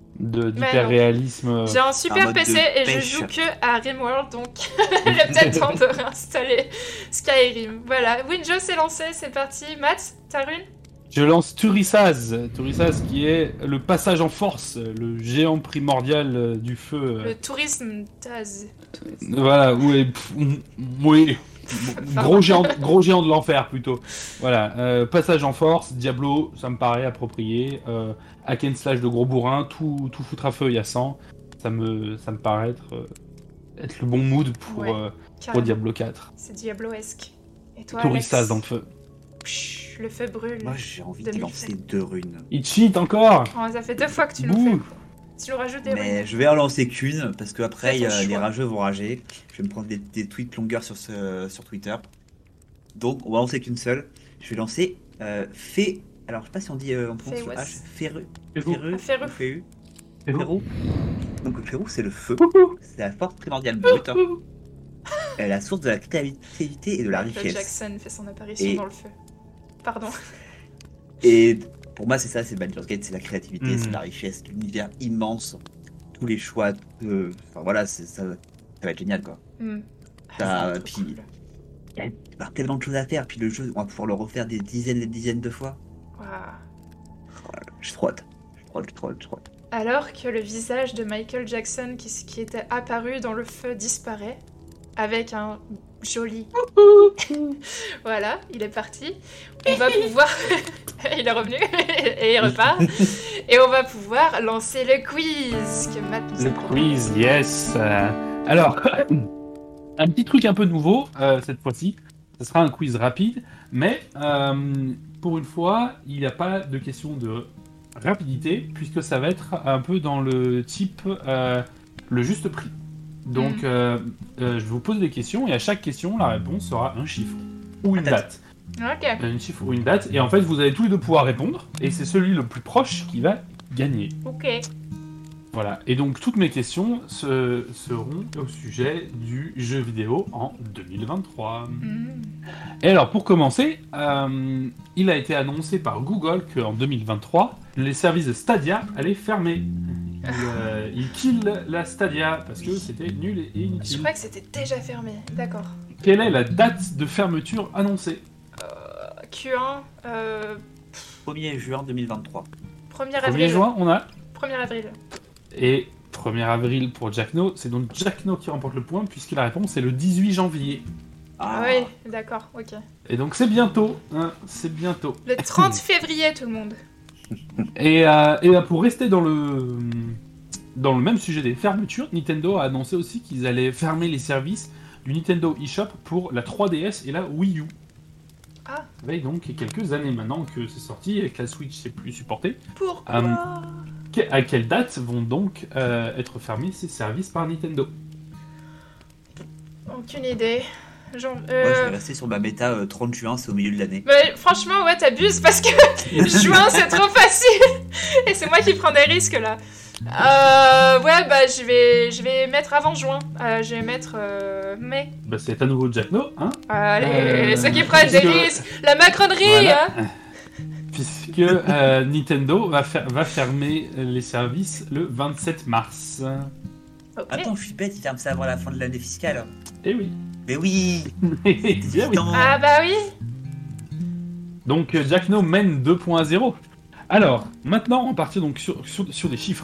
d'hyper-réalisme. J'ai un Un super mode PC de et je pêche. joue que à RimWorld, donc il est peut-être temps de réinstaller Skyrim. Voilà, Winjo s'est lancé, c'est parti. Matt, ta rune? Je lance Turisaz qui est le passage en force, le géant primordial du feu. Le tourisme Taz. Voilà, oui, oui. Gros géant de l'enfer plutôt. Voilà, passage en force, Diablo, ça me paraît approprié. Hack and slash de gros bourrin, tout foutre à feu et à sang. Ça me paraît être le bon mood pour Carrément. Diablo 4. C'est Diablo-esque. Et toi, Turisaz Alex? dans le feu. Psh, le feu brûle. Moi, j'ai envie de 2007. lancer 2 runes. Il cheat encore. Oh, ça fait 2 fois que tu nous Bouh. fais. Tu nous rajoutes des Mais runes. je vais en lancer qu'une parce que après Fais ton les choix. rageux vont rager. Je vais me prendre des tweets longueurs sur Twitter. Donc on va lancer qu'une seule. Je vais lancer Fé. Alors je sais pas si on dit on prononce Férouz. H. Féru. Férouz. Féru. Ah, Féru. ou Féu. Férouz. Férouz. Donc le Férouz c'est le feu. Coucou. C'est la force primordiale brute. Elle est la source de la créativité et de la Michael richesse. Jackson fait son apparition Et- dans le feu. Pardon. Et pour moi c'est ça, c'est Baldur's Gate, c'est la créativité, Mhm. c'est la richesse, l'univers immense, tous les choix. Enfin voilà, ça va être génial quoi. Hmm. T'as- c'est trop puis- cool. Il y a tellement de choses à faire, puis le jeu, on va pouvoir le refaire des dizaines et des dizaines de fois. Waouh. Je trotte. Je trotte. Alors que le visage de Michael Jackson qui était apparu dans le feu disparaît, avec un joli... Voilà, il est parti. On va pouvoir... il est revenu et il repart. Et on va pouvoir lancer le quiz que Matt nous a Le proposé. quiz, yes. Alors, un petit truc un peu nouveau cette fois-ci. Ce sera un quiz rapide, mais pour une fois, il n'y a pas de question de rapidité, puisque ça va être un peu dans le type le juste prix. Donc, je vous pose des questions, et à chaque question, la réponse sera un chiffre ou une date. Ok. Un chiffre ou une date, et en fait, vous allez tous les deux pouvoir répondre, et c'est celui le plus proche qui va gagner. Ok. Voilà, et donc toutes mes questions seront au sujet du jeu vidéo en 2023. Hmm. Et alors pour commencer, il a été annoncé par Google qu'en 2023, les services de Stadia allaient fermer. Il kill la Stadia parce que c'était nul et Je inutile. crois que c'était déjà fermé. D'accord. Quelle est la date de fermeture annoncée? Q1, 1er juin 2023. 1er 1er avril. juin, on a. 1er avril. Et 1er avril pour Jackno, c'est donc Jackno qui remporte le point puisque la réponse est le 18 janvier. Ah oui, d'accord, ok. Et donc c'est bientôt, hein, c'est bientôt. Le 30 février, tout le monde. Et pour rester dans le même sujet des fermetures, Nintendo a annoncé aussi qu'ils allaient fermer les services du Nintendo eShop pour la 3DS et la Wii U. Ah. Ça fait donc quelques années maintenant que c'est sorti et que la Switch c'est plus supporté. Pourquoi À quelle date vont donc être fermés ces services par Nintendo? Aucune idée. Genre, Moi, je vais rester sur ma méta 30 juin, c'est au milieu de l'année. mais franchement, ouais, t'abuses parce que juin c'est trop facile et c'est moi qui prends des risques là. Ouais, bah je vais mettre avant juin. Je vais mettre mai. Bah, c'est à nouveau Jackno, hein, Allez, ceux qui prennent des puisque- risques, la macronerie, Voilà. hein. puisque Nintendo va fermer les services le 27 mars. Ok. Attends, je suis bête, il ferme ça avant la fin de l'année fiscale. Eh oui. Mais oui, Bien oui. évident. Ah bah oui. Donc Jackno mène 2.0. Alors, maintenant on partit donc sur des chiffres.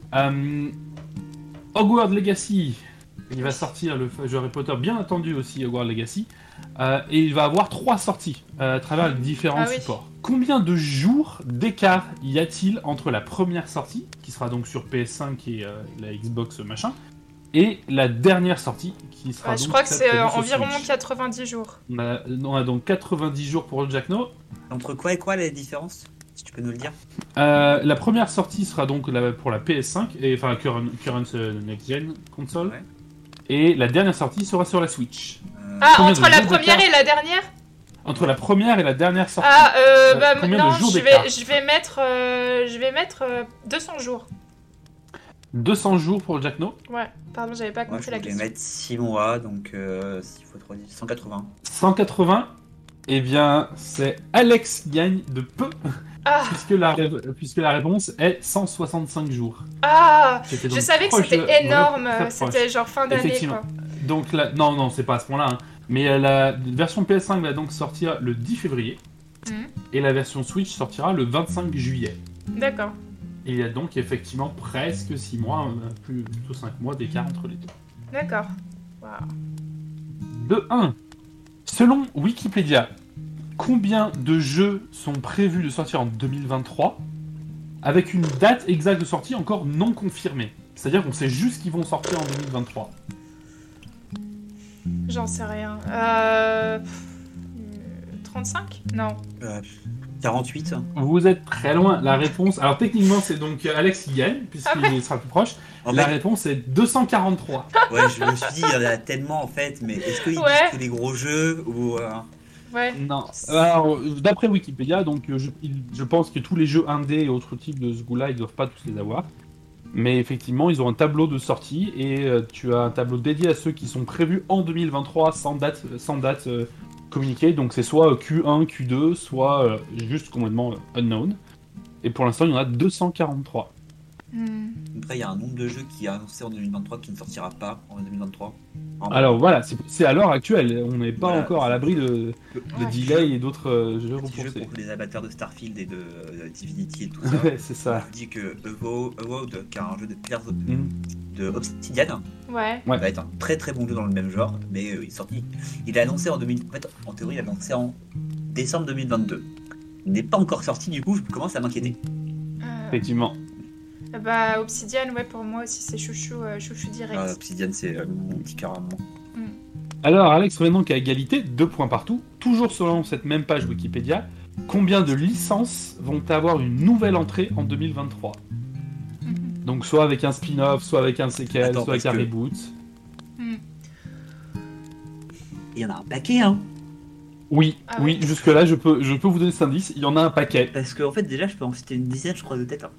Hogwarts Legacy, il va sortir le jeu Harry Potter, bien entendu aussi Hogwarts Legacy, et il va avoir 3 sorties à travers les différents Ah oui. supports. Combien de jours d'écart y a-t-il entre la première sortie, qui sera donc sur PS5 et la Xbox machin, et la dernière sortie, qui sera Ouais, donc je crois que celle c'est prévue sur environ Switch. 90 jours. On a donc 90 jours pour Jackno. Entre quoi et quoi la différence? Si tu peux nous le dire. La première sortie sera donc pour la PS5, et enfin current Next Gen console, Ouais. et la dernière sortie sera sur la Switch. Ah, Combien entre de la jours première d'écart et la dernière? Entre la première et la dernière sortie. Ah, bah combien de non, jours je d'écart vais mettre 200 jours. 200 jours pour Jackno, Ouais, pardon, j'avais pas Moi, compris je la voulais question. mettre 6 mois, donc s'il faut 180. 180. Eh bien, c'est Alex qui gagne de peu, Ah, puisque la réponse est 165 jours. C'était je donc savais que proche c'était de- énorme. vraiment très proche. C'était genre fin d'année, Effectivement. quoi. Donc non, c'est pas à ce point-là. Hein. Mais la version PS5 va donc sortir le 10 février. Mhm. Et la version Switch sortira le 25 juillet. D'accord. Et il y a donc effectivement presque 6 mois, plutôt 5 mois d'écart entre les deux. D'accord. Waouh. De 1. Selon Wikipédia, combien de jeux sont prévus de sortir en 2023 avec une date exacte de sortie encore non confirmée? C'est-à-dire qu'on sait juste qu'ils vont sortir en 2023. J'en sais rien. 35? Non. 48. Vous êtes très loin. La réponse... Alors techniquement, c'est donc Alex qui gagne, puisqu'il sera plus proche. En La fait, réponse est 243. ouais, je me suis dit, il y en a tellement en fait, mais est-ce qu'ils Ouais. disent que les gros jeux ou. Ouais. Non. Alors, d'après Wikipédia, donc je pense que tous les jeux indés et autres types de ce goût-là, ils doivent pas tous les avoir. Mais effectivement, ils ont un tableau de sortie et tu as un tableau dédié à ceux qui sont prévus en 2023 sans date communiquée. Donc c'est soit Q1, Q2, soit juste complètement unknown. Et pour l'instant, il y en a 243. Hmm. Après, il y a un nombre de jeux qui est annoncé en 2023 qui ne sortira pas en 2023. Alors voilà, c'est à l'heure actuelle. On n'est pas Voilà. encore à l'abri de Ouais. delay et d'autres jeux Petit jeu repoussés. pour les amateurs de Starfield et de Divinity et tout ça. Ouais, c'est ça. Je dis que Avowed, qui est un jeu de Pillars Mm. de Obsidian, Ouais. Ouais. va être un très très bon jeu dans le même genre, mais il est sorti. Il est annoncé en 2000. En fait, en théorie, il est annoncé en décembre 2022. Il n'est pas encore sorti, du coup, je commence à m'inquiéter. Effectivement. Bah, Obsidian, ouais, pour moi aussi, c'est chouchou direct. Obsidian, c'est mon petit cœur à moi. Alors, Alex revient donc à égalité, 2 points partout. Toujours selon cette même page Wikipédia, combien de licences vont avoir une nouvelle entrée en 2023 ? Mhm. Donc, soit avec un spin-off, soit avec un sequel, Attends, soit avec un parce que- reboot. Il y en a un paquet, hein. Oui, Ah oui, ouais. jusque-là, je peux vous donner cet indice. Il y en a un paquet. Parce qu'en fait, déjà, je peux en citer une dizaine, je crois, de tête. Hein.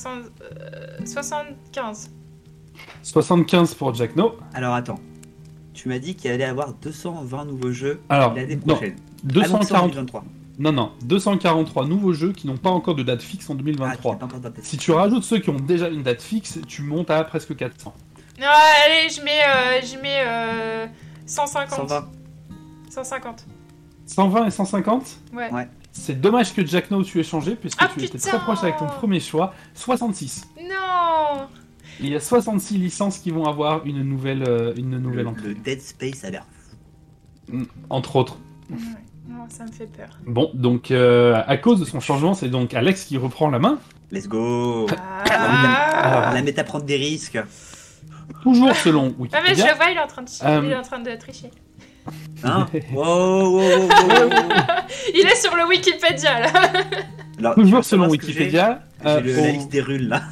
75. 75 pour Jack No. Alors, attends. Tu m'as dit qu'il allait y avoir 220 nouveaux jeux Alors, l'année non, prochaine. Annoncés en 240... 2023. Non, 243 nouveaux jeux qui n'ont pas encore de date fixe en Ah, tu 2023. n'as pas encore de date. Si tu rajoutes ceux qui ont déjà une date fixe, tu montes à presque 400. Non, allez, je mets 150. 120. 150. 120 et 150 Ouais. Ouais. C'est dommage que Jack No tu aies changé, puisque Ah, tu étais putain. très proche avec ton premier choix. 66. Non. Il y a 66 licences qui vont avoir une nouvelle entrée. Le Dead Space a l'air. Entre autres. Ouais. Non, ça me fait peur. Bon, donc à cause de son changement, c'est donc Alex qui reprend la main. Let's go. Ah. La méta prendre des risques. Toujours selon Ah, mais je Wikipédia. le vois, il est en train de, il est en train de tricher. Hein. Wow. Il est sur le Wikipédia, là. Alors, tu veux Toujours savoir selon ce que Wikipédia. J'ai la au- liste des runes là.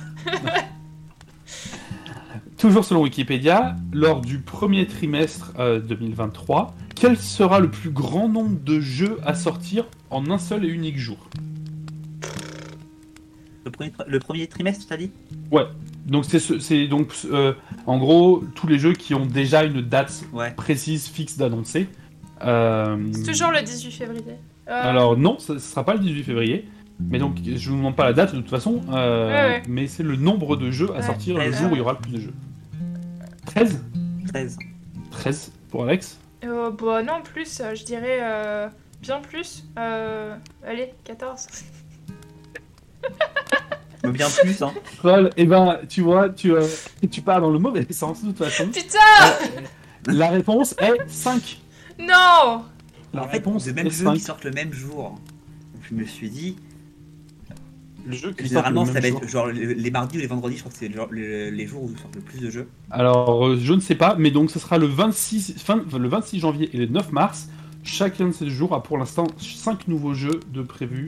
Toujours selon Wikipédia, lors du premier trimestre 2023, quel sera le plus grand nombre de jeux à sortir en un seul et unique jour? Le premier trimestre, t'as dit? Donc c'est donc en gros tous les jeux qui ont déjà une date Ouais. précise fixe d'annoncer. C'est toujours le 18 février. Alors non, ce sera pas le 18 février. Mais donc je vous demande pas la date de toute façon. Ouais. Mais c'est le nombre de jeux à Ouais. sortir le 13. jour où il y aura le plus de jeux. 13 13. 13 pour Alex. Bah non, plus, je dirais bien plus. Allez, 14. Mais bien plus, hein. Paul, et ben tu vois, tu pars dans le mauvais sens de toute façon. Putain. La réponse est 5. Non. La En fait, réponse de est même jeux 5. qui sortent le même jour. Donc, je me suis dit, Le jeu qui généralement, sort ça le va même être jour. genre les mardis ou les vendredis, je crois que c'est genre les jours où sortent le plus de jeux. Alors, je ne sais pas, mais donc ce sera le 26 janvier et le 9 mars. Chacun de ces jours a pour l'instant 5 nouveaux jeux de prévus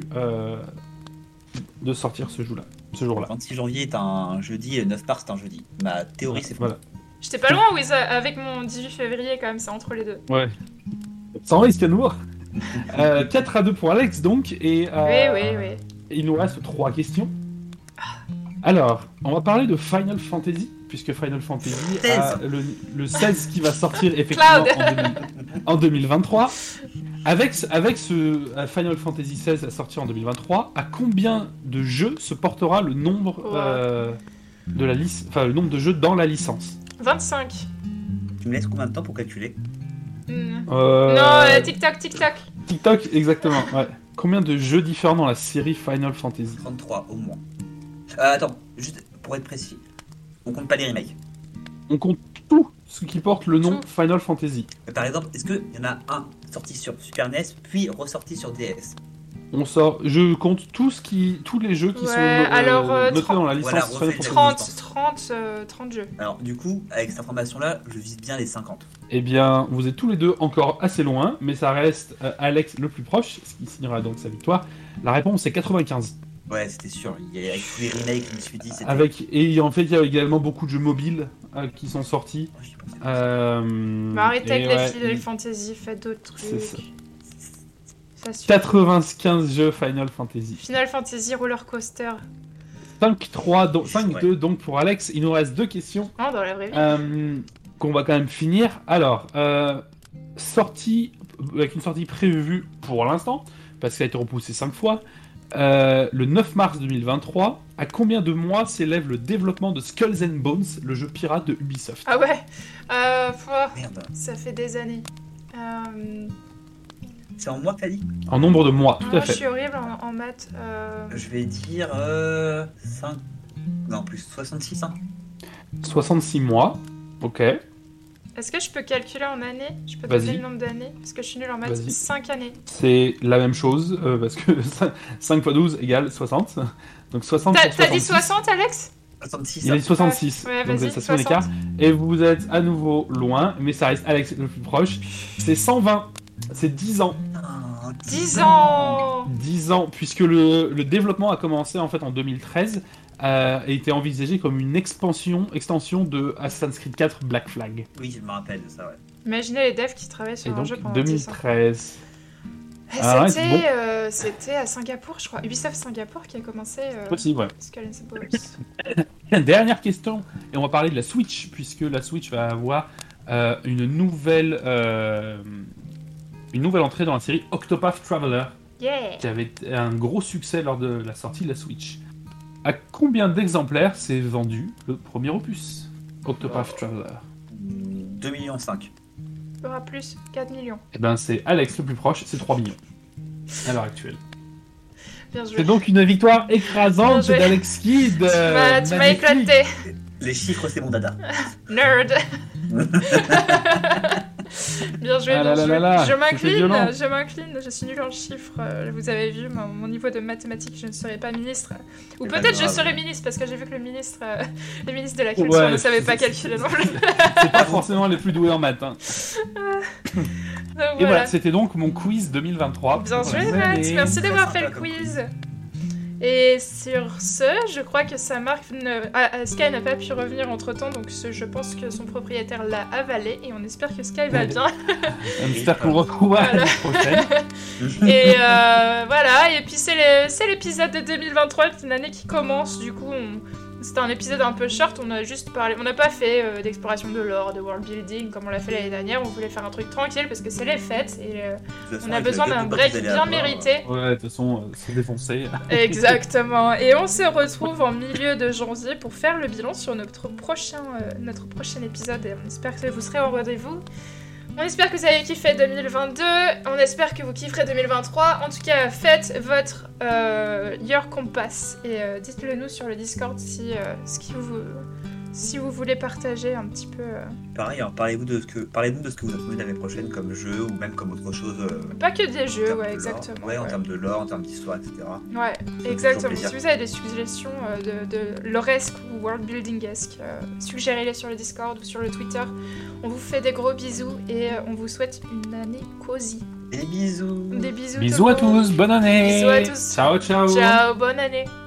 de sortir ce jour-là. Le 26 janvier est un jeudi et le 9 mars est un jeudi. Ma théorie, c'est Voilà. J'étais pas loin, oui, avec mon 18 février, quand même, c'est entre les deux. Ouais. Sans risque à nouveau. 4-2 pour Alex donc, et Oui. il nous reste 3 questions. Alors, on va parler de Final Fantasy, puisque Final Fantasy a le 16 qui va sortir effectivement Cloud. en 2023. Avec ce Final Fantasy XVI sorti en 2023, à combien de jeux se portera le nombre de la le nombre de jeux dans la licence? 25. Tu me laisses combien de temps pour calculer? Non, tic-tac, tic-tac. TikTok, exactement, ouais. Combien de jeux différents dans la série Final Fantasy? 33 au moins. Attends, juste pour être précis, on compte pas les remakes. On compte tout ce qui porte le nom Tout. Final Fantasy. Par exemple, est-ce qu'il y en a un sorti sur Super NES, puis ressorti sur DS? Je compte tous les jeux qui Ouais, sont alors, notés dans la licence Voilà, Final refais Fantasy. 30 jeux. Alors, du coup, avec cette information-là, je vise bien les 50. Eh bien, vous êtes tous les deux encore assez loin, mais ça reste Alex le plus proche, ce qui signera donc sa victoire. La réponse est 95. Ouais, c'était sûr. Avec tous les remakes, je me suis dit, c'était. Et en fait, il y a également beaucoup de jeux mobiles qui sont sortis. Oh, j'y pensais. Arrêtez avec et les Final Fantasy, faites d'autres trucs. C'est ça. Ça suffit. 95 jeux Final Fantasy. Final Fantasy Roller Coaster. 5-3, donc 5-2 Ouais. donc pour Alex. Il nous reste 2 questions Non, dans la vraie vie. qu'on va quand même finir. Alors, avec une sortie prévue pour l'instant, parce que ça a été repoussé 5 fois, le 9 mars 2023, à combien de mois s'élève le développement de Skulls and Bones, le jeu pirate de Ubisoft? Ah ouais. Merde. Ça fait des années. C'est en mois, t'as dit? En nombre de mois, tout à Je fait. suis horrible en maths. Je vais dire 5. Non, plus 66 ans. 66 mois, ok. Est-ce que je peux calculer en années? Je peux Vas-y. donner le nombre d'années? Parce que je suis nulle en maths. Vas-y. 5 années. C'est la même chose, parce que 5 x 12 égale 60. Donc 60 sur T'as dit 66. 60, Alex? 66 Il a ans. dit 66, Ouais, donc vas-y, ça se fait 60. l'écart. Et vous êtes à nouveau loin, mais ça reste Alex le plus proche. C'est 120, c'est 10 ans. Ah, 10 ans. 10 ans, puisque le développement a commencé en fait en 2013 et été envisagé comme une extension de Assassin's Creed 4 Black Flag. Oui, je me rappelle de ça, ouais. Imaginez les devs qui travaillent Et sur un donc jeu pendant 10 ans. 2013. Eh, Ah ouais, C'était à Singapour, je crois. Ubisoft Singapour qui a commencé Possible, ouais. Skull and Bones. Dernière question, et on va parler de la Switch, puisque la Switch va avoir une nouvelle entrée dans la série Octopath Traveler, Yeah. qui avait été un gros succès lors de la sortie de la Switch. À combien d'exemplaires s'est vendu le premier opus Octopath Traveler? 2,5 millions. Il y aura plus, 4 millions. Eh ben c'est Alex le plus proche, c'est 3 millions à l'heure actuelle. Bien joué. C'est donc une victoire écrasante Bien joué. d'Alex Kidd. Tu m'as magnifique. éclaté. Les chiffres, c'est mon dada. Nerd. Bien joué, Ah bien là là joué. là là, Je c'était violent. m'incline, je suis nulle en chiffres. Vous avez vu mon niveau de mathématiques, je ne serai pas ministre. Ou C'est pas peut-être je grave. serai ministre, parce que j'ai vu que le ministre de la culture Ouais, ne savait pas c'est- calculer non plus. C'est pas forcément les plus doués en maths. Hein. Donc, Et voilà, c'était donc mon quiz 2023. Bien pour joué, les Matt. années. Merci Très d'avoir sympa fait le comme quiz. Et sur ce, je crois que sa marque... Sky n'a pas pu revenir entre-temps, donc je pense que son propriétaire l'a avalé, et on espère que Sky va bien. J'espère qu'on le retrouvera Voilà. l'année prochaine. Et voilà, et puis c'est l'épisode de 2023, c'est une année qui commence, du coup c'était un épisode un peu short, on a juste parlé, on n'a pas fait d'exploration de lore, de world building comme on l'a fait l'année dernière, on voulait faire un truc tranquille parce que c'est les fêtes et on a besoin d'un break bien mérité. Ouais, de toute façon, c'est défoncé. Exactement, et on se retrouve en milieu de janvier pour faire le bilan sur notre prochain épisode et on espère que vous serez au rendez-vous. On espère que vous avez kiffé 2022, on espère que vous kifferez 2023. En tout cas, faites votre Year Compass et dites-le nous sur le Discord si vous voulez partager un petit peu. Pareil, alors parlez-nous de ce que vous attendez l'année prochaine comme jeu ou même comme autre chose. Pas que des en jeux, termes ouais, de exactement. lore. Ouais, en termes de lore, en termes d'histoire, etc. Ouais, toujours exactement. plaisir. Si vous avez des suggestions de loresque ou world building-esque, suggérez-les sur le Discord ou sur le Twitter. On vous fait des gros bisous et on vous souhaite une année cosy. Des bisous. Des bisous. Bisous tout à le monde. tous, bonne année. Bisous à tous. Ciao, ciao. Ciao, bonne année.